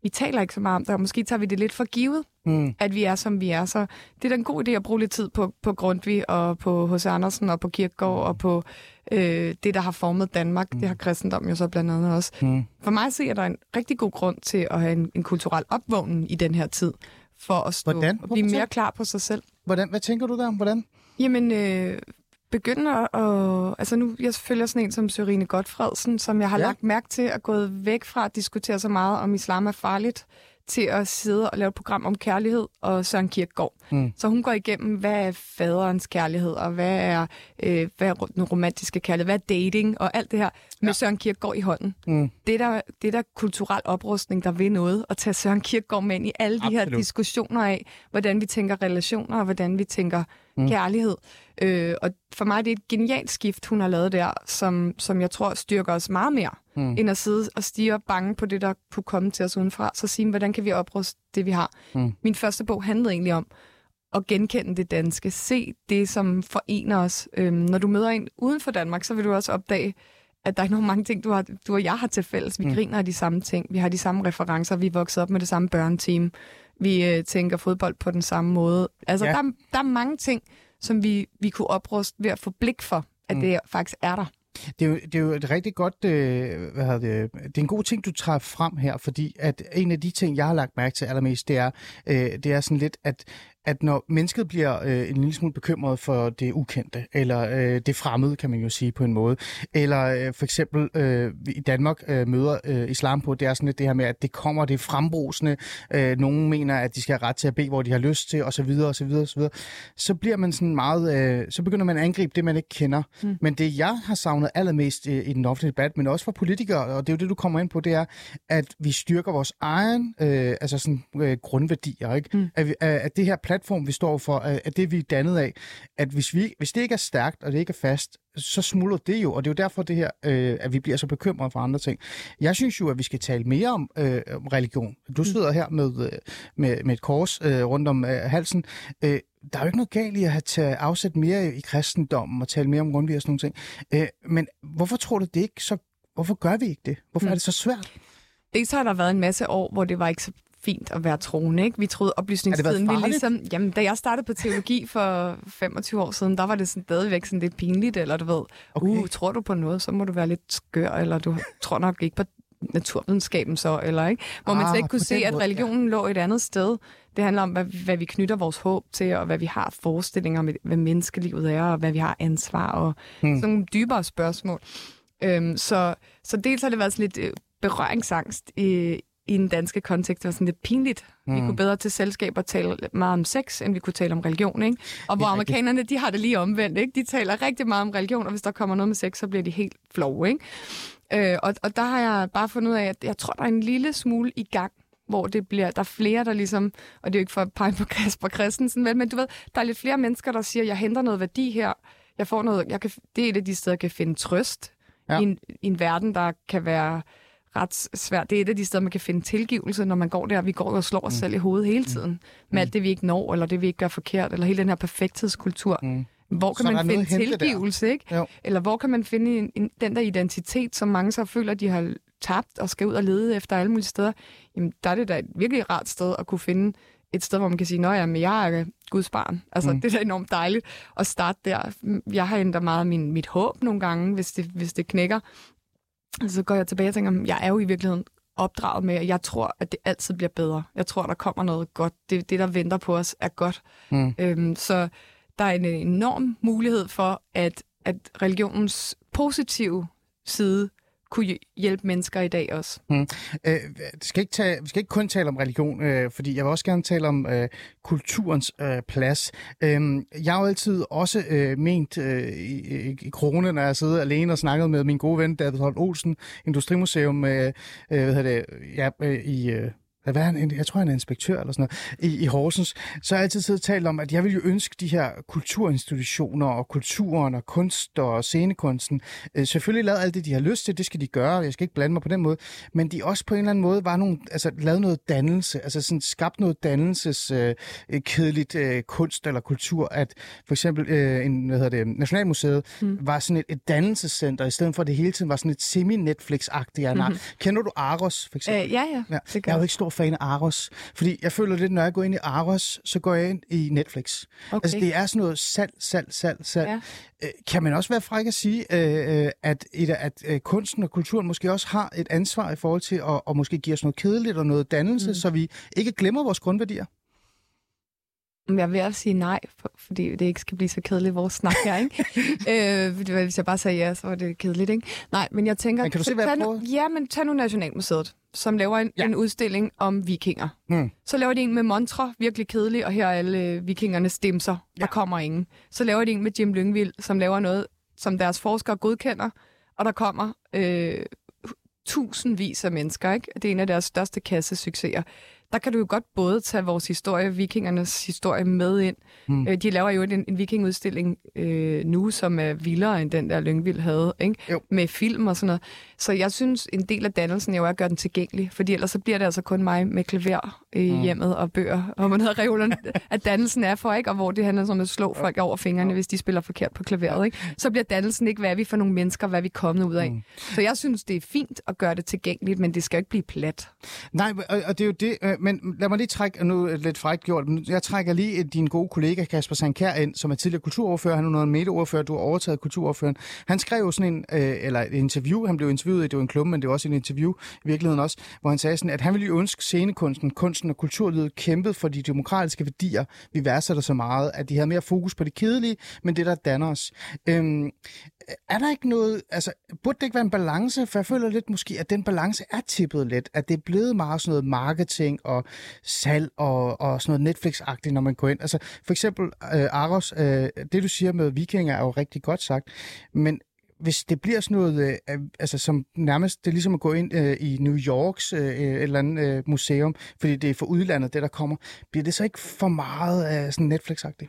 vi taler ikke så meget om det, og måske tager vi det lidt for givet, mm. at vi er, som vi er. Så det er da en god idé at bruge lidt tid på, på Grundtvig og på H C Andersen og på Kierkegaard og på øh, det, der har formet Danmark. Mm. Det har kristendommen jo så blandt andet også. Mm. For mig ser der en rigtig god grund til at have en, en kulturel opvågning i den her tid, for at stå Hvordan? og blive mere klar på sig selv. Hvordan? Hvad tænker du der om? Hvordan? Jamen, øh, begynder at... Altså nu, jeg følger sådan en som Sørine Gotfredsen, som jeg har ja. lagt mærke til at gå væk fra at diskutere så meget om islam er farligt, til at sidde og lave et program om kærlighed og Søren Kierkegaard. Mm. Så hun går igennem, hvad er faderens kærlighed, og hvad er, øh, hvad er den romantiske kærlighed, hvad er dating, og alt det her med ja. Søren Kierkegaard i hånden. Mm. Det er der, det er der kulturel oprustning, der vil noget, at tage Søren Kierkegaard med ind i alle de Absolut. her diskussioner af, hvordan vi tænker relationer, og hvordan vi tænker mm. kærlighed. Øh, og for mig er det et genialt skift, hun har lavet der, som, som jeg tror styrker os meget mere, mm. end at sidde og stige bange på det, der kunne komme til os udenfra. Så sige, hvordan kan vi opruste det, vi har? Mm. Min første bog handlede egentlig om at genkende det danske. Se det, som forener os. Øhm, når du møder en uden for Danmark, så vil du også opdage, at der er ikke nogen mange ting, du, har, du og jeg har til fælles. Vi mm. griner af de samme ting. Vi har de samme referencer. Vi er vokset op med det samme børneteam. Vi øh, tænker fodbold på den samme måde. Altså, ja. der, der er mange ting, som vi, vi kunne opruste ved at få blik for, at mm. det faktisk er der. Det er, jo, det er jo et rigtig godt, øh, hvad hedder det, det er en god ting, du tager frem her, fordi at en af de ting, jeg har lagt mærke til allermest, det er, øh, det er sådan lidt, at at når mennesket bliver øh, en lille smule bekymret for det ukendte, eller øh, det fremmede, kan man jo sige på en måde, eller øh, for eksempel øh, i Danmark øh, møder øh, islam på, det er sådan lidt det her med, at det kommer, det er frembrusende, øh, nogen mener, at de skal have ret til at bede, hvor de har lyst til, osv., osv., osv., så bliver man sådan meget, øh, så begynder man at angribe det, man ikke kender. Mm. Men det, jeg har savnet allermest øh, i den offentlige debat, men også for politikere, og det er jo det, du kommer ind på, det er, at vi styrker vores egen, øh, altså sådan øh, grundværdier, ikke? Mm. At, vi, at det her platform, vi står for, at det vi er dannet af, at hvis, vi, hvis det ikke er stærkt, og det ikke er fast, så smuldrer det jo, og det er jo derfor det her, øh, at vi bliver så bekymrede for andre ting. Jeg synes jo, at vi skal tale mere om, øh, om religion. Du sidder her med, med, med et kors øh, rundt om øh, halsen. Øh, der er jo ikke noget galt i at have taget afsæt mere i kristendommen og tale mere om Grundtvig og sådan nogle ting. Øh, men hvorfor tror du det ikke så... Hvorfor gør vi ikke det? Hvorfor mm. er det så svært? Dels har der været en masse år, hvor det var ikke så fint at være troende, ikke? Vi troede oplysningstiden ville ligesom... Jamen, da jeg startede på teologi for femogtyve år siden, der var det sådan stadigvæk sådan lidt pinligt, eller du ved, okay. uh, tror du på noget, så må du være lidt skør, eller du tror nok ikke på naturvidenskaben så, eller ikke? Hvor ah, man slet ikke kunne se, at religionen ja. lå et andet sted. Det handler om, hvad, hvad vi knytter vores håb til, og hvad vi har forestillinger om, hvad menneskelivet er, og hvad vi har ansvar, og hmm. sådan nogle dybere spørgsmål. Øhm, så, så dels har det været sådan lidt berøringsangst i i den danske kontekst, det var sådan lidt pinligt. Mm. Vi kunne bedre til selskaber tale meget om sex, end vi kunne tale om religion, ikke? Og hvor ja, amerikanerne, de har det lige omvendt, ikke? De taler rigtig meget om religion, og hvis der kommer noget med sex, så bliver de helt flove, ikke? Øh, og, og der har jeg bare fundet ud af, at jeg tror, der er en lille smule i gang, hvor det bliver, der er flere, der ligesom, og det er jo ikke for at pege på Kasper Christensen, men, men du ved, der er lidt flere mennesker, der siger, jeg henter noget værdi her, jeg får noget, jeg kan, det er et af de steder, jeg kan finde trøst ja. i, en, i en verden, der kan være ret svært. Det er et af de steder, man kan finde tilgivelse, når man går der. Vi går og slår os mm. selv i hovedet hele tiden. Mm. Med alt det, vi ikke når, eller det, vi ikke gør forkert, eller hele den her perfekthedskultur. Mm. Hvor kan så man finde tilgivelse, ikke? Jo. Eller hvor kan man finde en, en, den der identitet, som mange så føler, de har tabt og skal ud og lede efter alle mulige steder. Jamen, der er det da et virkelig rart sted at kunne finde et sted, hvor man kan sige, nå ja, men jeg er Guds barn. Altså, mm. det er da enormt dejligt at starte der. Jeg har ændret meget min, mit håb nogle gange, hvis det, hvis det knækker. Så går jeg tilbage og tænker, jeg er jo i virkeligheden opdraget med, at jeg tror, at det altid bliver bedre. Jeg tror, der kommer noget godt. Det, det der venter på os, er godt. Mm. Øhm, så der er en enorm mulighed for, at, at religionens positive side kunne hjælpe mennesker i dag også. Hmm. Øh, skal ikke tage, vi skal ikke kun tale om religion, øh, fordi jeg vil også gerne tale om øh, kulturens øh, plads. Øh, jeg har jo altid også øh, ment øh, i, i corona, når jeg sidder alene og snakket med min gode ven, David Holt Olsen, Industrimuseum øh, øh, hvad hedder det, ja, øh, i... Øh, Hvad er han? Jeg tror, han er inspektør eller sådan noget, i, i Horsens. Så har jeg altid siddet og talt om, at jeg vil jo ønske de her kulturinstitutioner og kulturen og kunst og scenekunsten øh, selvfølgelig lavet alt det, de har lyst til. Det skal de gøre, jeg skal ikke blande mig på den måde. Men de også på en eller anden måde var nogle, altså lavet noget dannelse, altså sådan skabt noget dannelses øh, kedeligt øh, kunst eller kultur, at for eksempel øh, en, hvad hedder det, Nationalmuseet mm. var sådan et, et dannelsescenter, i stedet for at det hele tiden var sådan et semi-Netflix-agtigt. Mm-hmm. Kender du Aros, for eksempel? Øh, ja, ja. ja. Jeg er jo ikke stor fan af Aros. Fordi jeg føler lidt, når jeg går ind i Aros, så går jeg ind i Netflix. Okay. Altså, det er sådan noget salg, salg, salg, salg. Ja. Øh, kan man også være fræk at sige, øh, at, at, at øh, kunsten og kulturen måske også har et ansvar i forhold til at, at måske give os noget kedeligt og noget dannelse, mm. så vi ikke glemmer vores grundværdier? Jeg vil også sige nej, for, fordi det ikke skal blive så kedeligt, vores snak her, ikke? øh, hvis jeg bare sagde ja, så var det kedeligt, ikke? Nej, men jeg tænker... Men kan du se, hvad jeg prøver? Ja, men tag nu Nationalmuseet, som laver en, ja. en udstilling om vikinger. Hmm. Så laver de en med Montre, virkelig kedelig, og her er alle øh, vikingernes dimser. Ja. Der kommer ingen. Så laver de en med Jim Lyngvild, som laver noget, som deres forskere godkender, og der kommer øh, tusindvis af mennesker, ikke? Det er en af deres største kassesucceser. Der kan du jo godt både tage vores historie, vikingernes historie, med ind. Hmm. De laver jo en, en vikingudstilling øh, nu, som er vildere end den der Lyngvild havde, ikke? Med film og sådan noget. Så jeg synes, en del af dannelsen jo er at gøre den tilgængelig, fordi ellers så bliver det altså kun mig med klaver i hmm. hjemmet og bøger, og man hedder reolerne, at dannelsen er for, ikke? Og hvor det handler om at slå folk over fingrene, hvis de spiller forkert på klaveret, ikke? Så bliver dannelsen ikke, hvad er vi for nogle mennesker, hvad er vi kommet ud af. Hmm. Så jeg synes, det er fint at gøre det tilgængeligt, men det skal ikke blive plat. Nej, og det er jo det, men lad mig lige trække, nu er lidt frækt gjort, men jeg trækker lige din gode kollega Kasper Sandkjær ind, som er tidligere kulturordfører, han er noget medieordfører, du har overtaget kulturordføreren. Han skrev jo sådan en, øh, eller et interview, han blev interviewet, det var en klumme, men det var også en interview i virkeligheden også, hvor han sagde sådan, at han ville jo ønske scenekunsten, kunsten og kulturlivet kæmpede for de demokratiske værdier, vi værdsætter så meget, at de havde mere fokus på det kedelige, men det der danner os. Øhm, er der ikke noget, altså burde det ikke være en balance, for jeg føler lidt måske, at den balance er tippet lidt, at det er blevet meget sådan noget marketing og salg og, og sådan noget Netflix-agtigt, når man går ind. Altså for eksempel øh, Aros, øh, det du siger med vikinger er jo rigtig godt sagt, men hvis det bliver sådan noget, øh, altså som nærmest, det er ligesom at gå ind øh, i New Yorks øh, et eller andet øh, museum, fordi det er for udlandet, det der kommer, bliver det så ikke for meget øh, sådan Netflix-agtigt?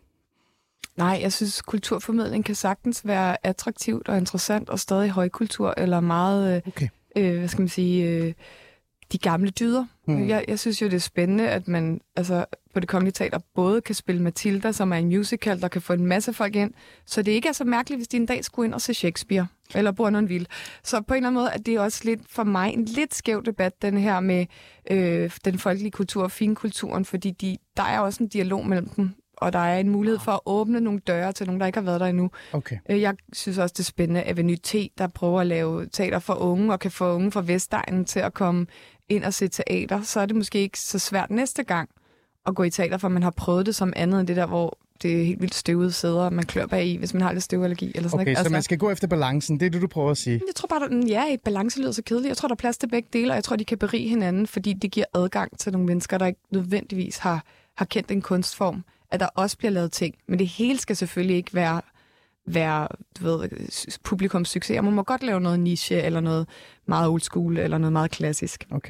Nej, jeg synes, kulturformidling kan sagtens være attraktivt og interessant og stadig højkultur, eller meget, okay. øh, hvad skal man sige, øh, de gamle dyder. Mm. Jeg, jeg synes jo, det er spændende, at man altså, på Det Kongelige Teater både kan spille Matilda, som er en musical, der kan få en masse folk ind, så det ikke er så mærkeligt, hvis de en dag skulle ind og se Shakespeare, eller Bournonville. Så på en eller anden måde er det også lidt for mig en lidt skæv debat, den her med øh, den folkelige kultur og finkulturen, fordi de, der er også en dialog mellem dem, og der er en mulighed for at åbne nogle døre til nogen, der ikke har været der endnu. Okay. Jeg synes også, det er spændende, at Avenue T, der prøver at lave teater for unge, og kan få unge fra Vestegnen til at komme ind og se teater, så er det måske ikke så svært næste gang at gå i teater, for man har prøvet det som andet end det der, hvor det er helt vildt støvede sæder, man klør bag i, hvis man har lidt støvallergi. Eller sådan, okay, ikke? Altså, så man skal gå efter balancen, det er det, du prøver at sige? Jeg tror bare, at ja, balance lyder så kedeligt. Jeg tror, der er plads til begge dele, og jeg tror, de kan berige hinanden, fordi det giver adgang til nogle mennesker, der ikke nødvendigvis har, har kendt en kunstform, at der også bliver lavet ting. Men det hele skal selvfølgelig ikke være, være du ved, publikums succes. Man må godt lave noget niche, eller noget meget old school, eller noget meget klassisk. Okay.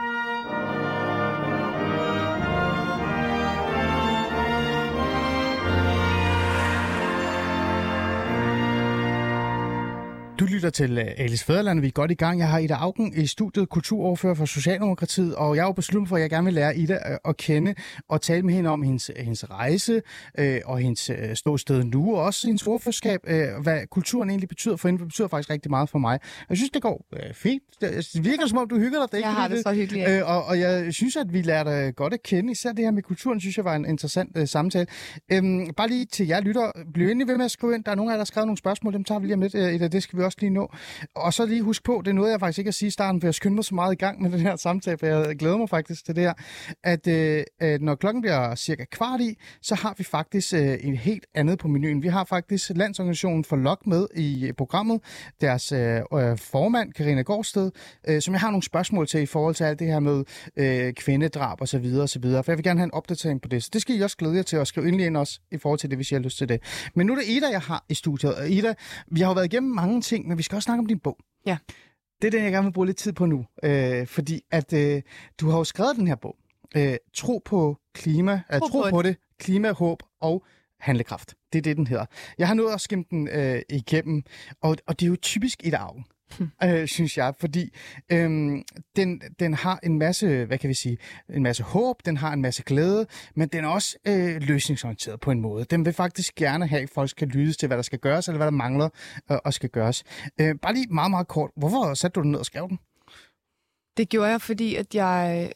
Du lytter til Alice Fædreland, vi er godt i gang. Jeg har Ida Auken i studiet, kulturordfører for Socialdemokratiet, og jeg er jo besluttet for, at jeg gerne vil lære Ida at kende og tale med hende om hendes, hendes rejse øh, og hendes øh, ståsted nu, og også hendes ordførerskab, øh, hvad kulturen egentlig betyder for hende. Det betyder faktisk rigtig meget for mig. Jeg synes, det går øh, fint. Det virker som om, du hygger dig. Det, jeg ikke, har det, det så hyggeligt. Øh, og, og jeg synes, at vi lærer dig godt at kende. Især det her med kulturen, synes jeg var en interessant øh, samtale. Øhm, bare lige til jer lytter, bliv endelig ved med at skrive ind. Der er nogen af jer, der har skrevet nogle spørgsmål, dem tager vi lige om lidt. Øh, det skal vi også lige nå. Og så lige husk på, det er noget, jeg faktisk ikke at sige i starten, for jeg skynder mig så meget i gang med den her samtale, for jeg glæder mig faktisk til det her, at øh, når klokken bliver cirka kvart i, så har vi faktisk øh, et helt andet på menuen. Vi har faktisk Landsorganisationen for L O K med i programmet, deres øh, formand, Karina Gårdsted, øh, som jeg har nogle spørgsmål til i forhold til alt det her med øh, kvindedrab og så videre og så videre, for jeg vil gerne have en opdatering på det. Så det skal I også glæde jer til at skrive endelig ind også i forhold til det, hvis I har lyst til det. Men nu er det Ida, jeg har i studiet. Og Ida, vi har jo været igennem mange ting, men vi skal også snakke om din bog. Ja. Det er den, jeg gerne vil bruge lidt tid på nu. Øh, fordi at øh, du har jo skrevet den her bog. Øh, tro på klima, tro, øh, tro på, på det, klima, håb og handlekraft. Det er det, den hedder. Jeg har nået at skimme den øh, igennem, og, og det er jo typisk Ida Auken. Hmm. Øh, synes jeg, fordi øhm, den, den har en masse, hvad kan vi sige, en masse håb, den har en masse glæde, men den er også øh, løsningsorienteret på en måde. Den vil faktisk gerne have, at folk skal lyde til, hvad der skal gøres, eller hvad der mangler øh, og skal gøres. Øh, bare lige meget, meget kort. Hvorfor satte du den ned og skrev den? Det gjorde jeg, fordi at jeg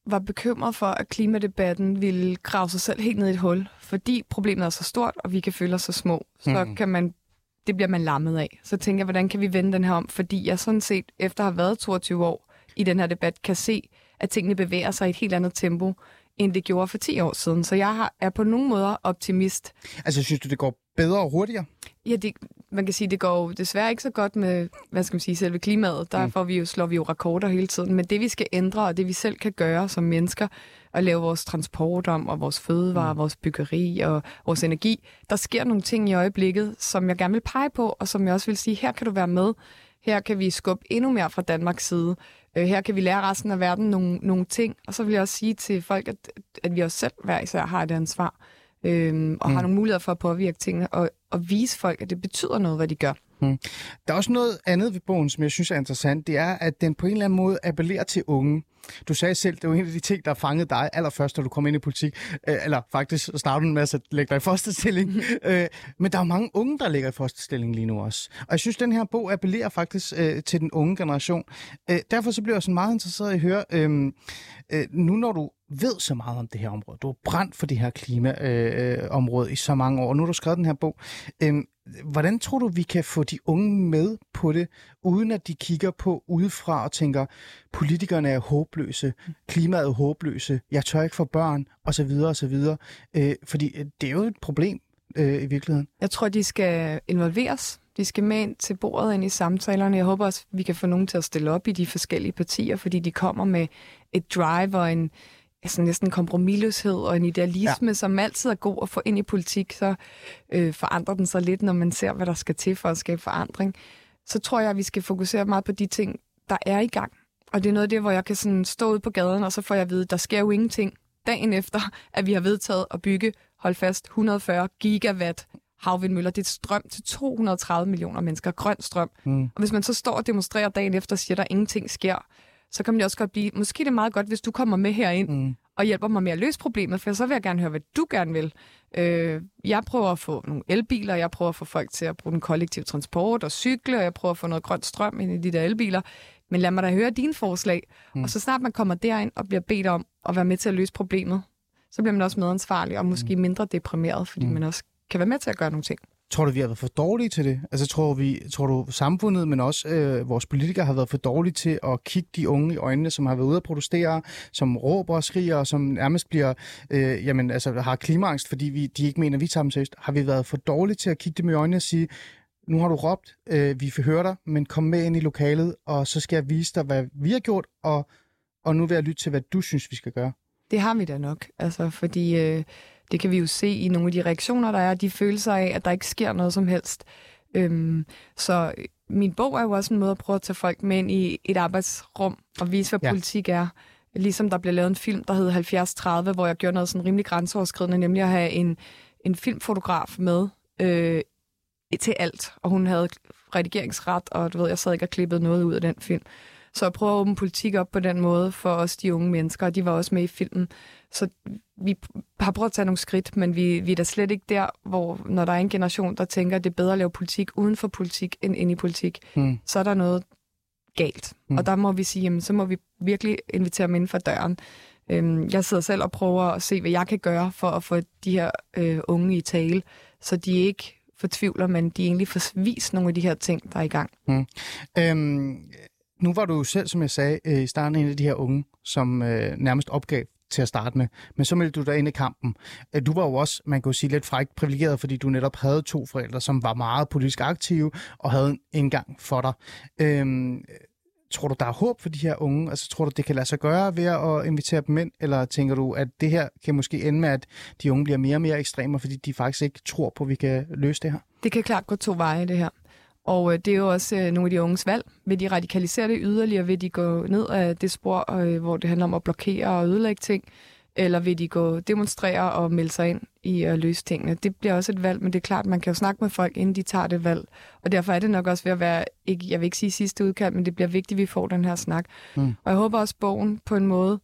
var bekymret for, at klimadebatten ville grave sig selv helt ned i et hul, fordi problemet er så stort, og vi kan føle os så små, så mm. kan man, det bliver man lammet af. Så tænker jeg, hvordan kan vi vende den her om? Fordi jeg sådan set, efter at have været toogtyve år i den her debat, kan se, at tingene bevæger sig i et helt andet tempo, end det gjorde for ti år siden. Så jeg har, er på nogle måder optimist. Altså, synes du, det går bedre og hurtigere? Ja, det, man kan sige, det går jo desværre ikke så godt med, hvad skal man sige, selve klimaet. Der mm. får vi jo, slår vi jo rekorder hele tiden. Men det, vi skal ændre, og det, vi selv kan gøre som mennesker, at lave vores transport om, og vores fødevarer, mm. vores byggeri og vores energi, der sker nogle ting i øjeblikket, som jeg gerne vil pege på, og som jeg også vil sige, her kan du være med. Her kan vi skubbe endnu mere fra Danmarks side. Her kan vi lære resten af verden nogle, nogle ting. Og så vil jeg også sige til folk, at, at vi også selv hver især har et ansvar. Øhm, og mm. har nogle muligheder for at påvirke tingene. Og, og vise folk, at det betyder noget, hvad de gør. Mm. Der er også noget andet ved bogen, som jeg synes er interessant. Det er, at den på en eller anden måde appellerer til unge. Du sagde selv, det var en af de ting, der fangede dig allerførst, da du kom ind i politik. Øh, eller faktisk startede du med at lægge dig i fosterstilling. Mm. øh, men der er mange unge, der ligger i fosterstilling lige nu også. Og jeg synes, den her bog appellerer faktisk øh, til den unge generation. Øh, derfor så bliver jeg sådan meget interesseret i at høre, øh, øh, nu når du ved så meget om det her område, du har brændt for det her klimaområde øh, i så mange år, og nu har du skrevet den her bog. Øh, Hvordan tror du, vi kan få de unge med på det, uden at de kigger på udefra og tænker, politikerne er håbløse, klimaet er håbløse, jeg tør ikke få børn, osv. osv. Øh, fordi det er jo et problem øh, i virkeligheden. Jeg tror, de skal involveres. De skal med ind til bordet, ind i samtalerne. Jeg håber også, vi kan få nogen til at stille op i de forskellige partier, fordi de kommer med et drive og en altså næsten kompromisløshed og en idealisme, ja. Som altid er god at få ind i politik, så øh, forandrer den sig lidt, når man ser, hvad der skal til for at skabe forandring. Så tror jeg, at vi skal fokusere meget på de ting, der er i gang. Og det er noget af det, hvor jeg kan sådan stå ude på gaden, og så får jeg at vide, at der sker jo ingenting dagen efter, at vi har vedtaget at bygge, hold fast, et hundrede og fyrre gigawatt havvindmøller. Det er et strøm til to hundrede og tredive millioner mennesker, grøn strøm. Mm. Og hvis man så står og demonstrerer dagen efter og siger, at der ingenting sker, så kan det også godt blive, måske det er meget godt, hvis du kommer med herind mm. og hjælper mig med at løse problemet, for så vil jeg gerne høre, hvad du gerne vil. Øh, jeg prøver at få nogle elbiler, jeg prøver at få folk til at bruge den kollektive transport og cykle, og jeg prøver at få noget grønt strøm ind i de der elbiler. Men lad mig da høre dine forslag. Mm. Og så snart man kommer derind og bliver bedt om at være med til at løse problemet, så bliver man også medansvarlig og måske mm. mindre deprimeret, fordi mm. man også kan være med til at gøre nogle ting. Tror du, vi har været for dårlige til det? Altså tror, vi, tror du, samfundet, men også øh, vores politikere har været for dårlige til at kigge de unge i øjnene, som har været ude at protestere, som råber og skriger, og som nærmest bliver, øh, jamen, altså, har klimaangst, fordi vi, de ikke mener, at vi tager dem seriøst. Har vi været for dårlige til at kigge dem i øjnene og sige, nu har du råbt, øh, vi får høre dig, men kom med ind i lokalet, og så skal jeg vise dig, hvad vi har gjort, og, og nu vil jeg lytte til, hvad du synes, vi skal gøre? Det har vi da nok, altså, fordi øh, det kan vi jo se i nogle af de reaktioner, der er, de følelser af, at der ikke sker noget som helst. Øhm, så min bog er jo også en måde at prøve at tage folk med ind i et arbejdsrum og vise, hvad ja. politik er. Ligesom der blev lavet en film, der hed halvfjerds tredive, hvor jeg gjorde noget sådan rimelig grænseoverskridende, nemlig at have en, en filmfotograf med øh, til alt, og hun havde redigeringsret, og du ved, jeg sad ikke og klippede noget ud af den film. Så jeg prøver at åbne politik op på den måde for os, de unge mennesker, og de var også med i filmen. Så vi har prøvet at tage nogle skridt, men vi, vi er da slet ikke der, hvor når der er en generation, der tænker, at det er bedre at lave politik uden for politik end ind i politik, mm. så er der noget galt. Mm. Og der må vi sige, jamen, så må vi virkelig invitere dem inden for døren. Øhm, jeg sidder selv og prøver at se, hvad jeg kan gøre for at få de her øh, unge i tale, så de ikke fortvivler, men de egentlig får vist nogle af de her ting, der er i gang. Mm. Øhm, nu var du jo selv, som jeg sagde, i starten en af de her unge, som øh, nærmest opgav til at starte med, men så meldte du dig ind i kampen. Du var jo også, man kan sige, lidt frækt privilegeret, fordi du netop havde to forældre, som var meget politisk aktive og havde en indgang for dig. Øhm, tror du, der er håb for de her unge? Altså, tror du, det kan lade sig gøre ved at invitere dem ind? Eller tænker du, at det her kan måske ende med, at de unge bliver mere og mere ekstreme, fordi de faktisk ikke tror på, at vi kan løse det her? Det kan klart gå to veje, det her. Og øh, det er jo også øh, nogle af de unges valg. Vil de radikalisere det yderligere? Vil de gå ned af det spor, øh, hvor det handler om at blokere og ødelægge ting? Eller vil de gå demonstrere og melde sig ind i at løse tingene? Det bliver også et valg, men det er klart, man kan jo snakke med folk, inden de tager det valg. Og derfor er det nok også ved at være, ikke, jeg vil ikke sige sidste udkald, men det bliver vigtigt, at vi får den her snak. Mm. Og jeg håber også, bogen på en måde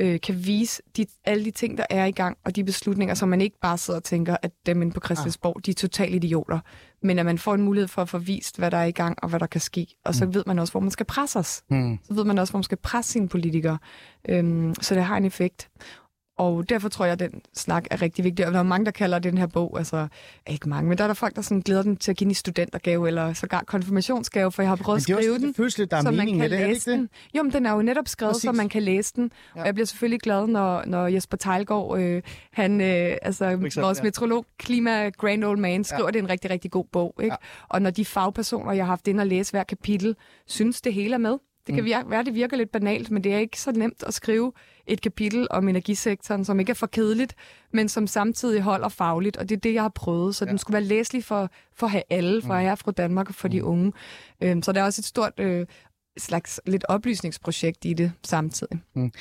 øh, kan vise de, alle de ting, der er i gang, og de beslutninger, som man ikke bare sidder og tænker, at dem inde på Christiansborg, ah. de er totalt idioter. Men at man får en mulighed for at få vist, hvad der er i gang, og hvad der kan ske. Og så mm. ved man også, hvor man skal presse os. Mm. Så ved man også, hvor man skal presse sine politikere. Øhm, så det har en effekt. Og derfor tror jeg, at den snak er rigtig vigtig. Og der er mange, der kalder den her bog, altså ikke mange, men der er der folk, der sådan glæder den til at give den i studentergave, eller sågar konfirmationsgave, for jeg har prøvet at skrive den, følelse, der er så man kan det, læse den. Jo, men den er jo netop skrevet, Præcis. så man kan læse den. Ja. Og jeg bliver selvfølgelig glad, når, når Jesper Teilgaard, øh, han, øh, altså Exakt, vores ja. meteorolog, klima grand old man, skriver ja. det en rigtig, rigtig god bog. Ikke? Ja. Og når de fagpersoner, jeg har haft inde og læse hver kapitel, synes det hele er med. Det kan virke, være, det virker lidt banalt, men det er ikke så nemt at skrive et kapitel om energisektoren, som ikke er for kedeligt, men som samtidig holder fagligt, og det er det, jeg har prøvet. Så ja. den skulle være læselig for, for at have alle, for herre fra Danmark og for de unge. Øhm, så der er også et stort øh, slags lidt oplysningsprojekt i det samtidig. Mm.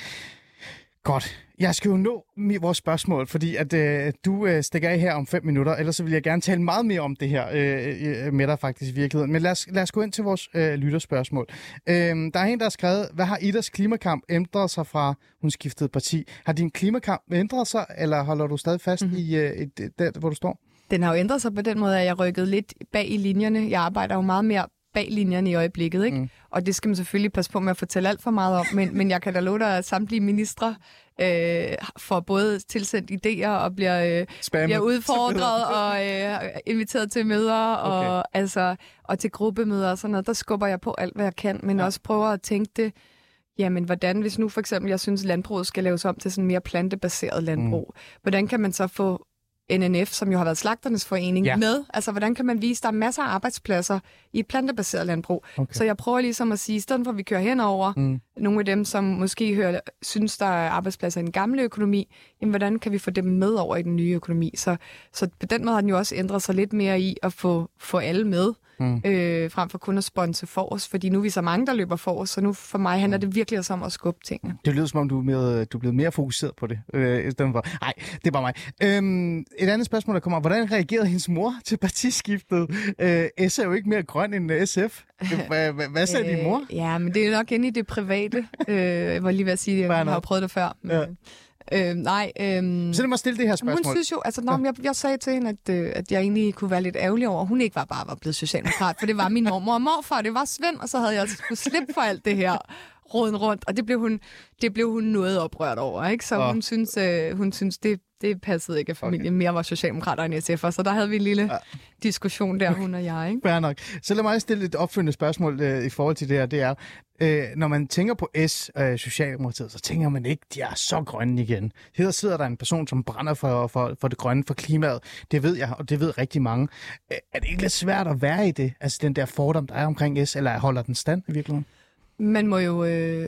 Godt. Jeg skal jo nå vores spørgsmål, fordi at øh, du øh, stikker af her om fem minutter, ellers så vil jeg gerne tale meget mere om det her øh, med dig faktisk i virkeligheden. Men lad os, lad os gå ind til vores øh, lytterspørgsmål. Øh, der er en, der har skrevet, hvad har Idas klimakamp ændret sig fra, hun skiftede parti? Har din klimakamp ændret sig, eller holder du stadig fast mm-hmm. i øh, et, der, hvor du står? Den har jo ændret sig på den måde, at jeg rykkede lidt bag i linjerne. Jeg arbejder jo meget mere bag linjerne i øjeblikket, ikke? Mm. Og det skal man selvfølgelig passe på med at fortælle alt for meget om, men, men jeg kan da love dig, at samtlige ministre øh, får både tilsendt idéer og bliver, øh, bliver udfordret og øh, inviteret til møder og, okay. altså, og til gruppemøder og sådan noget. Der skubber jeg på alt, hvad jeg kan, men ja. også prøver at tænke det, jamen hvordan, hvis nu for eksempel, jeg synes, landbruget skal laves om til sådan mere plantebaseret landbrug, mm. hvordan kan man så få N N F, som jo har været slagternes forening, ja. med. Altså, hvordan kan man vise, at der er masser af arbejdspladser i et plantebaseret landbrug. Okay. Så jeg prøver ligesom at sige, i stedet for at vi kører henover mm. nogle af dem, som måske hører, synes, der er arbejdspladser i den gamle økonomi, jamen, hvordan kan vi få dem med over i den nye økonomi? Så, så på den måde har den jo også ændret sig lidt mere i at få, få alle med, mm. øh, frem for kun at sponse for os, fordi nu er vi så mange, der løber for os, så nu for mig handler det virkelig også om at skubbe tingene. Det lyder som om, du er, mere, du er blevet mere fokuseret på det, øh, i stedet for. Nej, det er bare mig. Øhm, et andet spørgsmål, der kommer. Hvordan reagerede hendes mor til partiskiftet? Øh, S er jo ikke mere grøn end S F. Hvad, hvad sagde øh, din mor? Ja, men det er nok inde i det private. øh, jeg var lige ved at sige, at jeg har prøvet det før. Men, ja. øh, nej. Øh, så lad mig stille det her spørgsmål. Hun synes jo, altså, når jeg, jeg sagde til hende, at, øh, at jeg egentlig kunne være lidt ærgerlig over, at hun ikke var bare var blevet socialdemokrat, for det var min mormor og morfar, det var Svend, og så havde jeg altså skulle slippe for alt det her roden rundt, og det blev hun, det blev hun noget oprørt over, ikke? Så oh. hun synes, øh, hun synes det, det passede ikke, at familien okay. mere var socialdemokrater end S F'er, så der havde vi en lille ja. diskussion der, hun og jeg, ikke? Fair nok. Så lad mig stille et opfølgende spørgsmål øh, i forhold til det her, det er, øh, når man tænker på S, øh, Socialdemokratiet, så tænker man ikke, de er så grønne igen. Her sidder der en person, som brænder for, for, for det grønne, for klimaet. Det ved jeg, og det ved rigtig mange. Øh, er det ikke lidt svært at være i det? Altså den der fordom, der er omkring S, eller holder den stand i virkeligheden? Man må jo øh,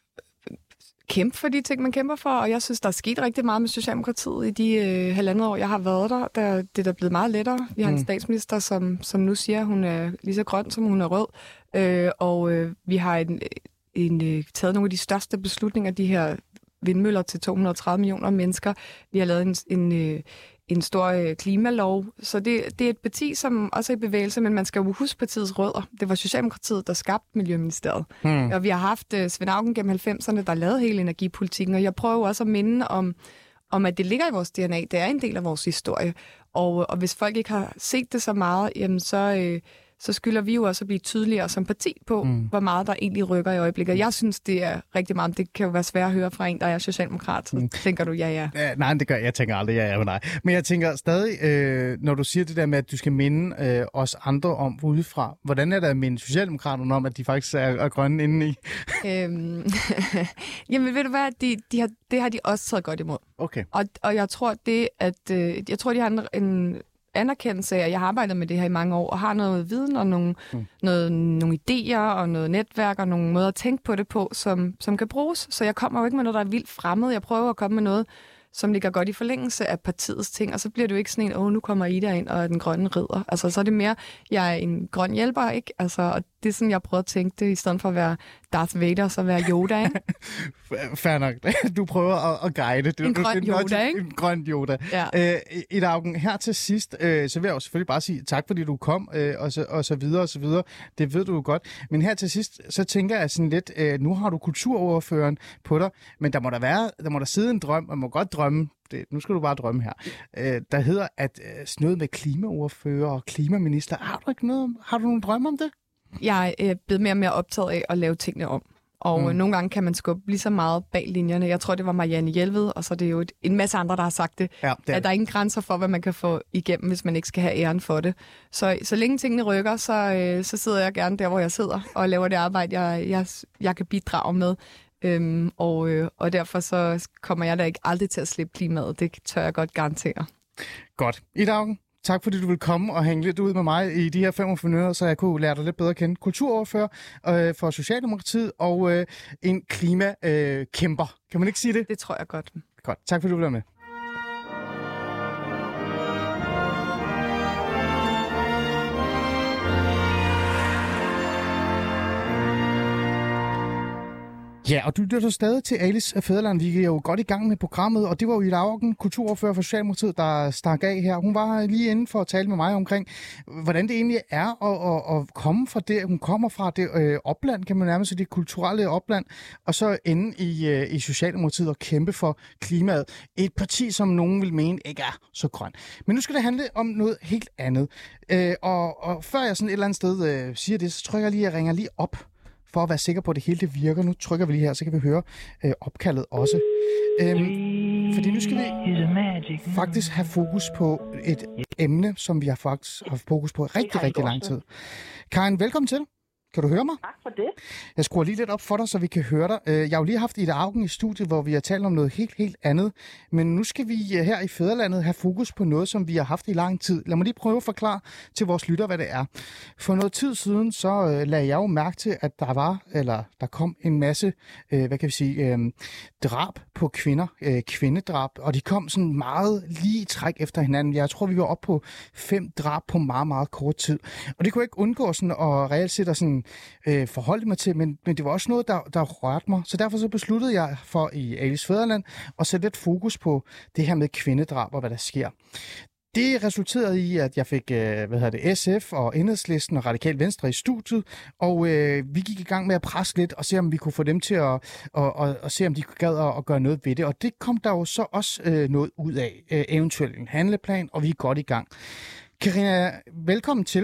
kæmpe for de ting, man kæmper for, og jeg synes, der er sket rigtig meget med Socialdemokratiet i de øh, halvandet år, jeg har været der. der. Det er der blevet meget lettere. Vi har mm. en statsminister, som, som nu siger, hun er lige så grøn, som hun er rød, øh, og øh, vi har en, en, øh, taget nogle af de største beslutninger, de her vindmøller til to hundrede og tredive millioner mennesker. Vi har lavet en... en øh, en stor øh, klimalov. Så det, det er et parti, som også er i bevægelse, men man skal jo huske partiets rødder. Det var Socialdemokratiet, der skabte Miljøministeriet. Hmm. Og vi har haft øh, Svend Auken gennem halvfemserne, der lavede hele energipolitikken, og jeg prøver jo også at minde om, om, at det ligger i vores D N A. Det er en del af vores historie. Og, og hvis folk ikke har set det så meget, jamen så... Øh, så skylder vi jo også at blive tydeligere som parti på, mm. hvor meget der egentlig rykker i øjeblikket. Jeg synes, det er rigtig meget. Det kan jo være svært at høre fra en, der er socialdemokrat. Så mm. tænker du, ja, ja. ja. Nej, det gør jeg. Jeg tænker aldrig, ja, ja, men nej. Men jeg tænker stadig, øh, når du siger det der med, at du skal minde øh, os andre om udefra, hvordan er det at minde socialdemokraterne om, at de faktisk er, er grønne indeni? øhm, Jamen, ved du hvad? De, de har, det har de også taget godt imod. Okay. Og, og jeg tror, det, at, øh, jeg tror, de har en... en anerkendelse af, at jeg har arbejdet med det her i mange år, og har noget viden og nogle, mm. noget, nogle idéer og noget netværk og nogle måder at tænke på det på, som, som kan bruges. Så jeg kommer jo ikke med noget, der er vildt fremmed. Jeg prøver at komme med noget, som ligger godt i forlængelse af partiets ting, og så bliver det jo ikke sådan en, åh, nu kommer Ida ind og er den grønne ridder. Altså, så er det mere, jeg er en grøn hjælper, ikke? Altså, og det er sådan, jeg prøver at tænke det, i stedet for at være Darth Vader, så være Yoda, ikke? Fair nok. Du prøver at, at guide. Du, en grøn du, Yoda, ikke? En grøn Yoda. Ja. Øh, Ida Auken, her til sidst, øh, så vil jeg jo selvfølgelig bare sige tak, fordi du kom, øh, og, så, og så videre, og så videre. Det ved du jo godt. Men her til sidst, så tænker jeg sådan lidt, øh, nu har du kulturordføreren på dig, men der må der være, der må der sidde en drøm, og må godt drømme, det, nu skal du bare drømme her, øh, der hedder, at øh, sådan noget med klimaordfører og klimaminister, har du ikke noget, har du nogle drømme om det? Jeg er blevet mere og mere optaget af at lave tingene om. Og mm. nogle gange kan man skubbe lige så meget bag linjerne. Jeg tror, det var Marianne Jelved, og så er det jo et, en masse andre, der har sagt det. Ja, det er at der er ingen grænser for, hvad man kan få igennem, hvis man ikke skal have æren for det. Så, så længe tingene rykker, så, øh, så sidder jeg gerne der, hvor jeg sidder, og laver det arbejde, jeg, jeg, jeg kan bidrage med. Øhm, og, øh, og derfor så kommer jeg da ikke aldrig til at slippe klimaet. Det tør jeg godt garantere. Godt. Ida Auken, tak fordi du vil komme og hænge lidt ud med mig i de her femogfyrre minutter, så jeg kunne lære dig lidt bedre at kende. Kulturordfører øh, for Socialdemokratiet og øh, en klimakæmper. Øh, kan man ikke sige det? Det tror jeg godt. Godt. Tak fordi du vil være med. Ja, og du lytter stadig til Alice Fæderland. Vi er jo godt i gang med programmet, og det var jo Ida Auken, kulturordfører for Socialdemokratiet, der stak af her. Hun var lige inde for at tale med mig omkring, hvordan det egentlig er at, at, at komme fra det. Hun kommer fra det øh, opland, kan man nærmest sige, det kulturelle opland, og så ende i, øh, i Socialdemokratiet og kæmpe for klimaet. Et parti, som nogen vil mene ikke er så grøn. Men nu skal det handle om noget helt andet. Øh, og, og før jeg sådan et eller andet sted øh, siger det, så trykker jeg lige, jeg ringer lige op, for at være sikker på, at det hele det virker. Nu trykker vi lige her, så kan vi høre øh, opkaldet også. Øhm, fordi nu skal vi faktisk have fokus på et emne, som vi har faktisk haft fokus på i rigtig, rigtig lang tid. Karin, velkommen til. Kan du høre mig? Tak for det. Jeg skruer lige lidt op for dig, så vi kan høre dig. Jeg har jo lige haft Ida Auken i studiet, hvor vi har talt om noget helt, helt andet. Men nu skal vi her i Fædrelandet have fokus på noget, som vi har haft i lang tid. Lad mig lige prøve at forklare til vores lytter, hvad det er. For noget tid siden, så lagde jeg jo mærke til, at der var, eller der kom en masse, hvad kan vi sige, drab på kvinder, kvindedrab. Og de kom sådan meget lige i træk efter hinanden. Jeg tror, vi var oppe på fem drab på meget, meget kort tid. Og det kunne jeg ikke undgå sådan at reelt set sådan øh, forholde mig til, men, men det var også noget, der, der rørte mig. Så derfor så besluttede jeg for i Alice Fæderland at sætte lidt fokus på det her med kvindedrab og hvad der sker. Det resulterede i, at jeg fik øh, hvad hedder det, S F og Enhedslisten og Radikal Venstre i studiet, og øh, vi gik i gang med at presse lidt og se, om vi kunne få dem til at og, og, og se, om de gad at, at gøre noget ved det. Og det kom der jo så også øh, noget ud af, øh, eventuelt en handleplan, og vi er godt i gang. Karina, velkommen til.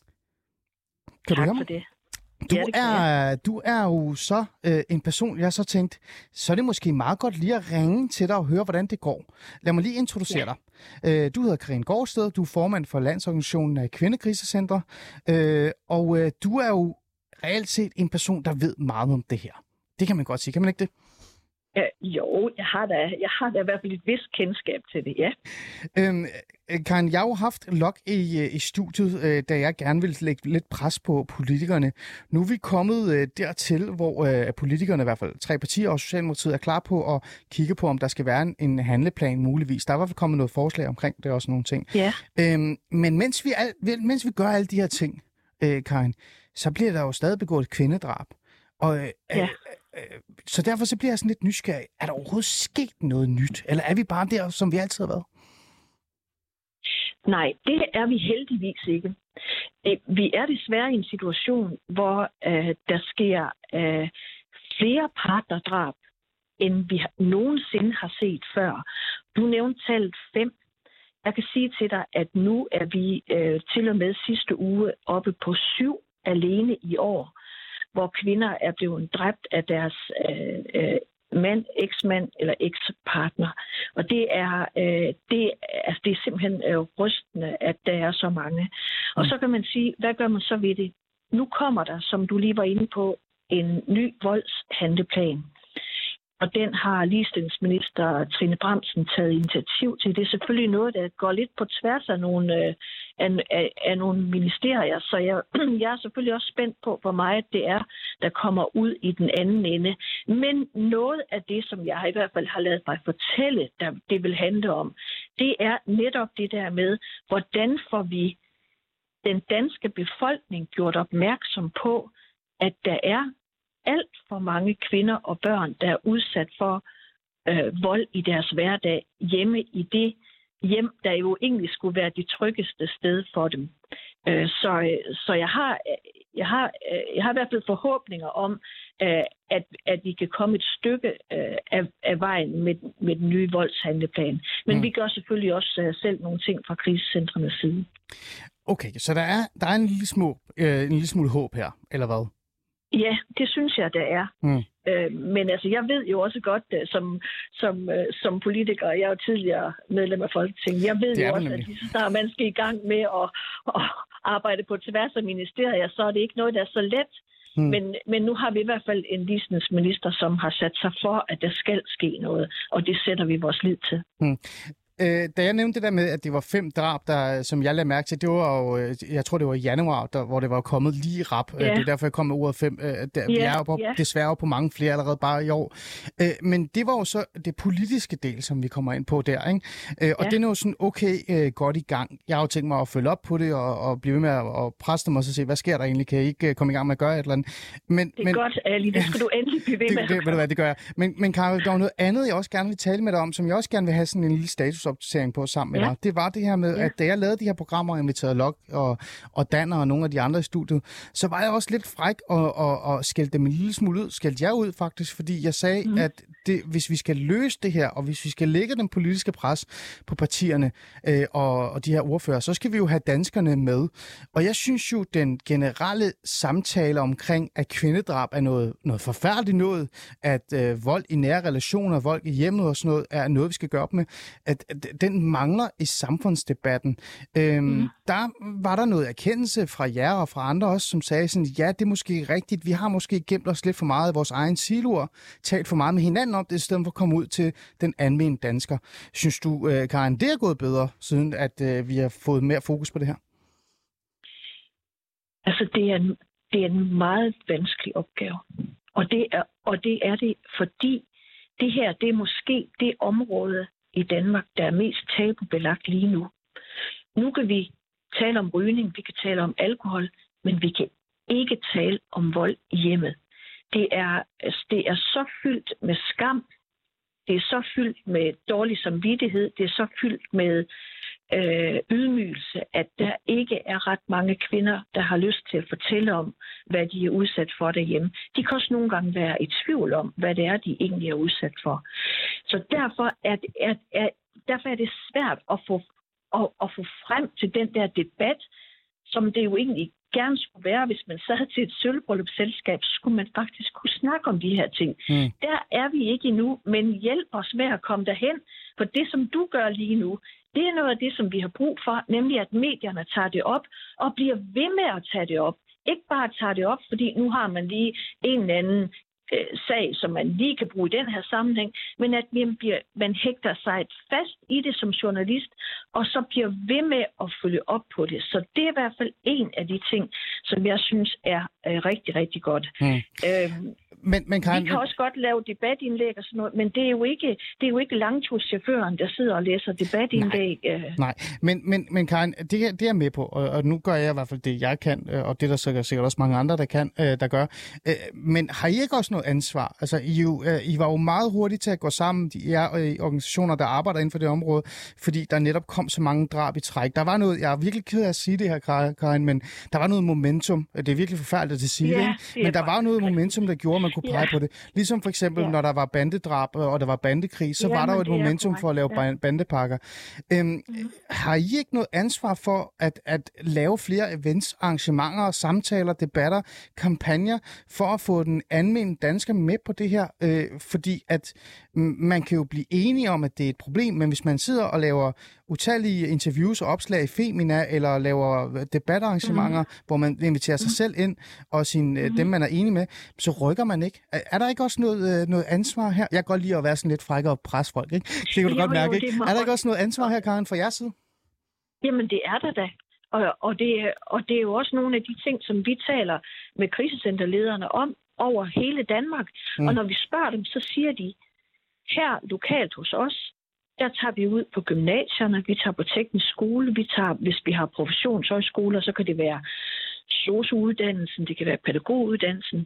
Kan tak du høre mig? For det. Du, ja, det er, du er jo så øh, en person, jeg har så tænkt, så er det måske meget godt lige at ringe til dig og høre, hvordan det går. Lad mig lige introducere ja. dig. Øh, du hedder Karine Gårdsted, du er formand for Landsorganisationen af Kvindekrisecentre, øh, og øh, du er jo reelt set en person, der ved meget om det her. Det kan man godt sige, kan man ikke det? Ja, jo, jeg har, da, jeg har da i hvert fald et vist kendskab til det, ja. Øhm, Karin, jeg har jo haft Lok i, i studiet, øh, da jeg gerne ville lægge lidt pres på politikerne. Nu er vi kommet øh, dertil, hvor øh, politikerne, i hvert fald tre partier og Socialdemokratiet, er klar på at kigge på, om der skal være en, en handleplan muligvis. Der er i hvert fald kommet noget forslag omkring det og sådan nogle ting. Ja. Øhm, men mens vi, al, mens vi gør alle de her ting, øh, Karin, så bliver der jo stadig begået et kvindedrab. Og øh, ja. øh, så derfor så bliver jeg sådan lidt nysgerrig. Er der overhovedet sket noget nyt? Eller er vi bare der, som vi altid har været? Nej, det er vi heldigvis ikke. Vi er desværre i en situation, hvor øh, der sker øh, flere partnerdrab, end vi nogensinde har set før. Du nævnte tallet fem. Jeg kan sige til dig, at nu er vi øh, til og med sidste uge oppe på syv alene i år, hvor kvinder er blevet dræbt af deres øh, øh, mand, eksmand eller ekspartner. Og det er, øh, det, altså det er simpelthen øh, rystende, at der er så mange. Og så kan man sige, hvad gør man så ved det? Nu kommer der, som du lige var inde på, en ny voldshandleplan. Og den har ligestillingsminister Trine Bramsen taget initiativ til. Det er selvfølgelig noget, der går lidt på tværs af nogle, øh, af, af, af nogle ministerier. Så jeg, jeg er selvfølgelig også spændt på, hvor meget det er, der kommer ud i den anden ende. Men noget af det, som jeg i hvert fald har ladet mig fortælle, der det vil handle om, det er netop det der med, hvordan får vi den danske befolkning gjort opmærksom på, at der er alt for mange kvinder og børn, der er udsat for øh, vold i deres hverdag hjemme i det hjem, der jo egentlig skulle være det tryggeste sted for dem. Øh, så så jeg, har, jeg, har, jeg har i hvert fald forhåbninger om, øh, at, at vi kan komme et stykke øh, af, af vejen med, med den nye voldshandleplan. Men mm. vi gør selvfølgelig også øh, selv nogle ting fra krisecentrenes side. Okay, så der er, der er en, lille smule, øh, en lille smule håb her, eller hvad? Ja, det synes jeg, der er. Mm. Øh, men altså, jeg ved jo også godt, uh, som, som, uh, som politiker, jeg er jo tidligere medlem af Folketinget, jeg ved jo også, nemlig. At lige så snart man skal i gang med at, at arbejde på tværs af ministerier, så er det ikke noget, der er så let. Mm. Men, men nu har vi i hvert fald en ligestillingsminister, som har sat sig for, at der skal ske noget, og det sætter vi vores lid til. Mm. Øh, da jeg nævnte det der med, at det var fem drab, der, som jeg lagde mærke til, det var jo, jeg tror det var i januar, der, hvor det var kommet lige rap. Yeah. Det er derfor, jeg kom med ordet fem. Der, yeah, vi er jo på, yeah. desværre på mange flere allerede bare i år. Øh, men det var jo så det politiske del, som vi kommer ind på der, ikke? Øh, og yeah. den er jo sådan okay øh, godt i gang. Jeg har jo tænkt mig at følge op på det og, og blive ved med at og presse dem og så se, hvad sker der egentlig? Kan I ikke komme i gang med at gøre et eller andet? Men, det er men, godt, Ali. Det skal du endelig blive ved med. Det, det, ved du hvad, det gør jeg. Men, men Karin, der var noget andet, jeg også gerne vil tale med dig om, som jeg også gerne vil have sådan en lille statusopdatering på sammen med ja. dig. Det var det her med, ja. at da jeg lavede de her programmer, inviterede Lok og, og Danner og nogle af de andre i studiet, så var jeg også lidt fræk og, og, og skældte dem en lille smule ud. Skældte jeg ud faktisk, fordi jeg sagde, mm. at det, hvis vi skal løse det her, og hvis vi skal lægge den politiske pres på partierne øh, og, og de her ordfører, så skal vi jo have danskerne med. Og jeg synes jo, den generelle samtale omkring, at kvindedrab er noget, noget forfærdeligt noget, at øh, vold i nære relationer, vold i hjemmet og sådan noget, er noget, vi skal gøre op med, at, at den mangler i samfundsdebatten. Øhm, mm. Der var der noget erkendelse fra jer og fra andre også, som sagde sådan, ja, det er måske rigtigt, vi har måske gemt os lidt for meget i vores egen siloer, talt for meget med hinanden om det, i stedet for at komme ud til den almindelige dansker. Synes du, øh, Karin, det er gået bedre, siden at øh, vi har fået mere fokus på det her? Altså, det er, det er en meget vanskelig opgave. Og det er, og det er det, fordi det her, det er måske det område i Danmark, der er mest tabubelagt lige nu. Nu kan vi tale om rygning, vi kan tale om alkohol, men vi kan ikke tale om vold i hjemmet. Det er, det er så fyldt med skam, det er så fyldt med dårlig samvittighed, det er så fyldt med øh, ydmygelse, at der ikke er ret mange kvinder, der har lyst til at fortælle om, hvad de er udsat for derhjemme. De kan også nogle gange være i tvivl om, hvad det er, de egentlig er udsat for. Så derfor er det, er, er, derfor er det svært at få, at, at få frem til den der debat, som det jo egentlig gerne skulle være, hvis man sad til et sølvbryllupsselskab, så skulle man faktisk kunne snakke om de her ting. Mm. Der er vi ikke endnu, men hjælp os med at komme derhen, for det, som du gør lige nu, det er noget af det, som vi har brug for, nemlig at medierne tager det op og bliver ved med at tage det op. Ikke bare tager det op, fordi nu har man lige en eller anden øh, sag, som man lige kan bruge i den her sammenhæng, men at man, bliver, man hægter sig fast i det som journalist, og så bliver ved med at følge op på det. Så det er i hvert fald en af de ting, som jeg synes er øh, rigtig, rigtig godt. Mm. Øhm, Men, men Karin, vi kan også godt lave debatindlæg og sådan noget, men det er jo ikke, det er jo ikke langturschaufføren, der sidder og læser debatindlæg. Nej, nej. Men, men, men Karin, det, det er jeg med på, og, og nu gør jeg i hvert fald det, jeg kan, og det er der sikkert, sikkert også mange andre, der kan, der gør. Men har I ikke også noget ansvar? Altså, I, jo, I var jo meget hurtige til at gå sammen, de er organisationer, der arbejder inden for det område, fordi der netop kom så mange drab i træk. Der var noget, jeg er virkelig ked af at sige det her, Karin, men der var noget momentum. Det er virkelig forfærdeligt at sige, ja, det, men der var noget momentum, der gjorde, man kunne pege ja. på det. Ligesom for eksempel, ja. når der var bandedrab, og der var bandekrig, så ja, var der jo et momentum for at lave ja. bandepakker. Øhm, mm. Har I ikke noget ansvar for at, at lave flere events, arrangementer, samtaler, debatter, kampagner, for at få den almindelige dansker med på det her? Øh, fordi at man kan jo blive enige om, at det er et problem, men hvis man sidder og laver utallige interviews og opslag i Femina, eller laver debatarrangementer, mm. hvor man inviterer sig mm. selv ind, og sin, mm. dem, man er enig med, så rykker man ikke. Er, er der ikke også noget, noget ansvar her? Jeg kan godt lide at være sådan lidt fræk og presse folk, ikke? Det kan du jo, godt mærke, ikke? Er der ikke også noget ansvar her, Karin, fra jeres side? Jamen, det er der da. Og, og, det, og det er jo også nogle af de ting, som vi taler med krisecenterlederne om over hele Danmark. Mm. Og når vi spørger dem, så siger de, her lokalt hos os, der tager vi ud på gymnasierne, vi tager på teknisk skole, vi tager, hvis vi har professionshøjskoler, så kan det være sosu-uddannelsen, det kan være pædagoguddannelsen.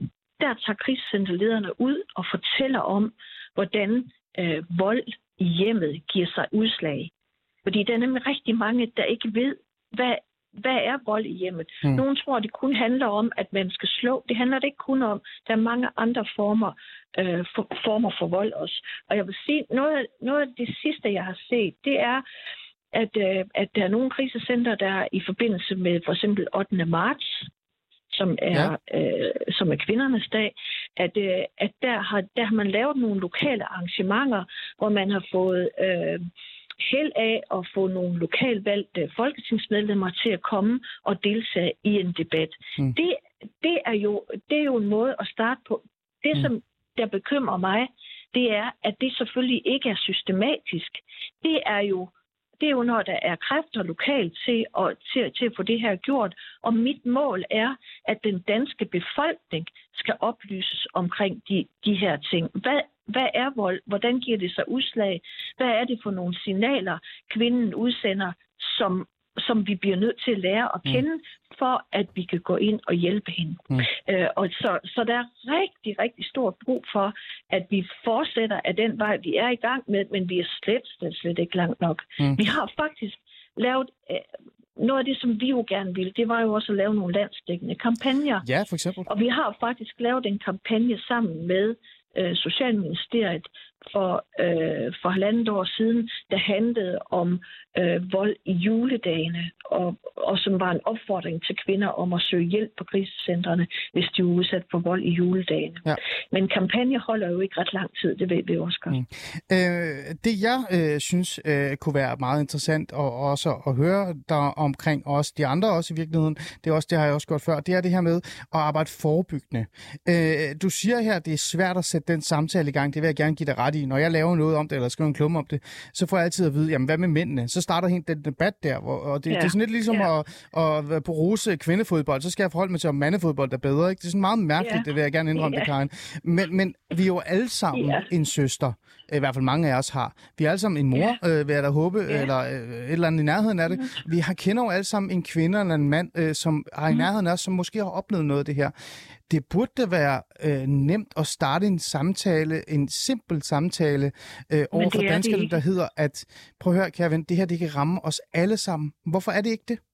der tager krisecenterlederne ud og fortæller om, hvordan øh, vold i hjemmet giver sig udslag. Fordi der er nemlig rigtig mange, der ikke ved, hvad, hvad er vold i hjemmet. Mm. Nogle tror, det kun handler om, at man skal slå. Det handler det ikke kun om. Der er mange andre former, øh, for, former for vold også. Og jeg vil sige, noget af, noget af det sidste, jeg har set, det er, at, øh, at der er nogle krisecenter, der i forbindelse med for eksempel ottende marts, som er, ja. øh, som er kvindernes dag, at, øh, at der, har, der har man lavet nogle lokale arrangementer, hvor man har fået øh, held af at få nogle lokalvalgte folketingsmedlemmer til at komme og deltage i en debat. Mm. Det, det, er jo, det er jo en måde at starte på. Det, mm. som der bekymrer mig, det er, at det selvfølgelig ikke er systematisk. Det er jo Det er jo, når der er kræfter lokalt til at, til, til at få det her gjort. Og mit mål er, at den danske befolkning skal oplyses omkring de, de her ting. Hvad, hvad er vold? Hvordan giver det sig udslag? Hvad er det for nogle signaler, kvinden udsender, som, som vi bliver nødt til at lære at kende, mm. for at vi kan gå ind og hjælpe hende. Mm. Øh, og så, så der er rigtig, rigtig stort brug for, at vi fortsætter af den vej, vi er i gang med, men vi er slet, slet, slet ikke langt nok. Mm. Vi har faktisk lavet øh, noget af det, som vi jo gerne ville, det var jo også at lave nogle landsdækkende kampagner. Ja, for eksempel. Og vi har faktisk lavet en kampagne sammen med øh, Socialministeriet for, øh, for halvandet år siden, der handlede om øh, vold i juledagene, og, og som var en opfordring til kvinder om at søge hjælp på krisecentrene, hvis de er udsat for vold i juledagene. Ja. Men kampagne holder jo ikke ret lang tid, det ved vi også godt. Mm. Øh, det jeg øh, synes øh, kunne være meget interessant og også at høre der omkring også de andre også i virkeligheden, det er også det har jeg også gjort før, det er det her med at arbejde forebyggende. Øh, du siger her, det er svært at sætte den samtale i gang, det vil jeg gerne give dig ret i. Når jeg laver noget om det, eller skriver en klumme om det, så får jeg altid at vide, jamen hvad med mændene? Så starter helt den debat der, hvor, og det, ja. det er sådan lidt ligesom ja. at, at være på rose kvindefodbold, så skal jeg forholde mig til, om mandefodbold er bedre, ikke? Det er sådan meget mærkeligt, ja. det vil jeg gerne indrømme ja. det, Karin. Men, men vi er jo alle sammen ja. en søster, i hvert fald mange af os har. Vi er alle sammen en mor, ja. øh, vil jeg da håbe, ja. eller øh, et eller andet i nærheden af det. Mm. Vi har kender jo alle sammen en kvinde eller en mand, øh, som har i nærheden af os, som måske har oplevet noget af det her. Det burde da være øh, nemt at starte en samtale, en simpel samtale øh, over for danskerne, der hedder, at prøv at høre, kære ven, det her det kan ramme os alle sammen. Hvorfor er det ikke det?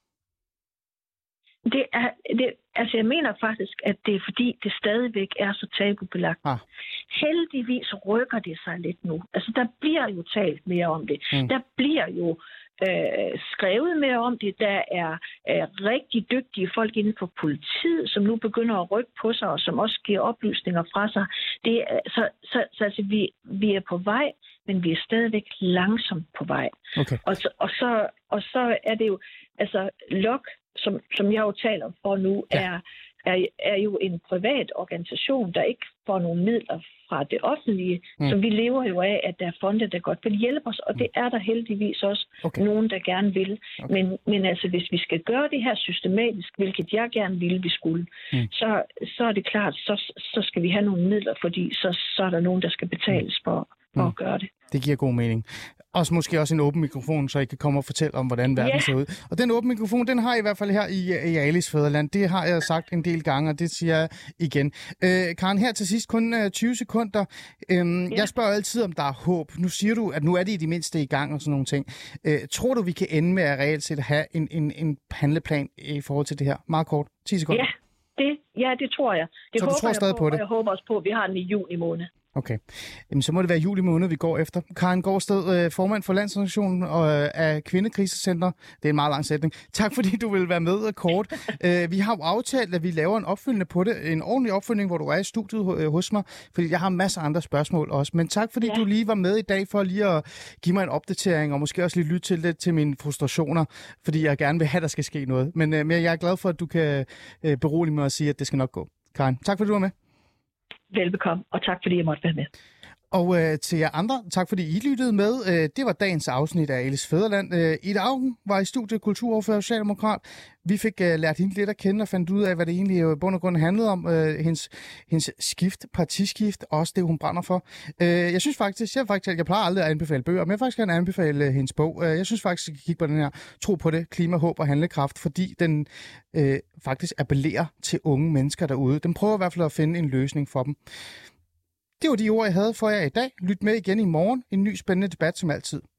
Det er, det, altså jeg mener faktisk, at det er fordi, det stadigvæk er så tabubelagt. Ah. Heldigvis rykker det sig lidt nu. Altså der bliver jo talt mere om det. Mm. Der bliver jo øh, skrevet mere om det. Der er øh, rigtig dygtige folk inden for politiet, som nu begynder at rykke på sig, og som også giver oplysninger fra sig. Det er, så så, så altså, vi, vi er på vej, men vi er stadigvæk langsomt på vej. Okay. Og, så, og, så, og så er det jo, altså L O K, som, som jeg jo taler for nu, ja. er, er, er jo en privat organisation, der ikke får nogle midler fra det offentlige. Mm. Så vi lever jo af, at der er fonde, der godt vil hjælpe os, og det er der heldigvis også okay. nogen, der gerne vil. Okay. Men, men altså, hvis vi skal gøre det her systematisk, hvilket jeg gerne ville, vi skulle, mm. så, så er det klart, så, så skal vi have nogle midler, fordi så, så er der nogen, der skal betales for, for mm. at gøre det. Det giver god mening. Og måske også en åben mikrofon, så I kan komme og fortælle om, hvordan verden yeah. ser ud. Og den åbne mikrofon, den har I i hvert fald her i, i Alis Fædreland. Det har jeg sagt en del gange, og det siger jeg igen. Øh, Karen, her til sidst kun uh, tyve sekunder. Øhm, yeah. Jeg spørger altid, om der er håb. Nu siger du, at nu er det i det mindste i gang og sådan nogle ting. Øh, tror du, vi kan ende med at reelt set have en, en, en handleplan i forhold til det her? Meget kort. ti sekunder. Ja, det, ja, det tror jeg. Det så håber du tror jeg stadig på, på det? Og jeg håber også på, at vi har den i juni måned. Okay. Jamen, så må det være juli måned, vi går efter. Karin Gårdsted, formand for Landsorganisationen af Kvindekrisecenter. Det er en meget lang sætning. Tak fordi du vil være med kort. Vi har jo aftalt, at vi laver en opfølgende på det. En ordentlig opfølgning, hvor du er i studiet hos mig. Fordi jeg har masser af andre spørgsmål også. Men tak fordi ja. du lige var med i dag for lige at give mig en opdatering. Og måske også lige lytte til det til mine frustrationer. Fordi jeg gerne vil have, at der skal ske noget. Men, men jeg er glad for, at du kan berolige mig og sige, at det skal nok gå. Karin, tak fordi du var med. Velbekomme, og tak fordi jeg måtte være med. Og øh, til jer andre, tak fordi I lyttede med. Øh, det var dagens afsnit af Alice Fædreland. Øh, Ida Auken var i studiet, kulturordfører Socialdemokrat. Vi fik øh, lært hende lidt at kende og fandt ud af, hvad det egentlig i bund og grund handlede om. Øh, hendes, hendes skift, partiskift, og også det, hun brænder for. Øh, jeg synes faktisk, jeg, faktisk, jeg plejer aldrig at anbefale bøger, men jeg faktisk gerne anbefale øh, hendes bog. Øh, jeg synes faktisk, at jeg kan kigge på den her Tro på det, klima, håb og handlekraft, fordi den øh, faktisk appellerer til unge mennesker derude. Den prøver i hvert fald at finde en løsning for dem. Det var de ord, jeg havde for jer i dag. Lyt med igen i morgen. En ny spændende debat som altid.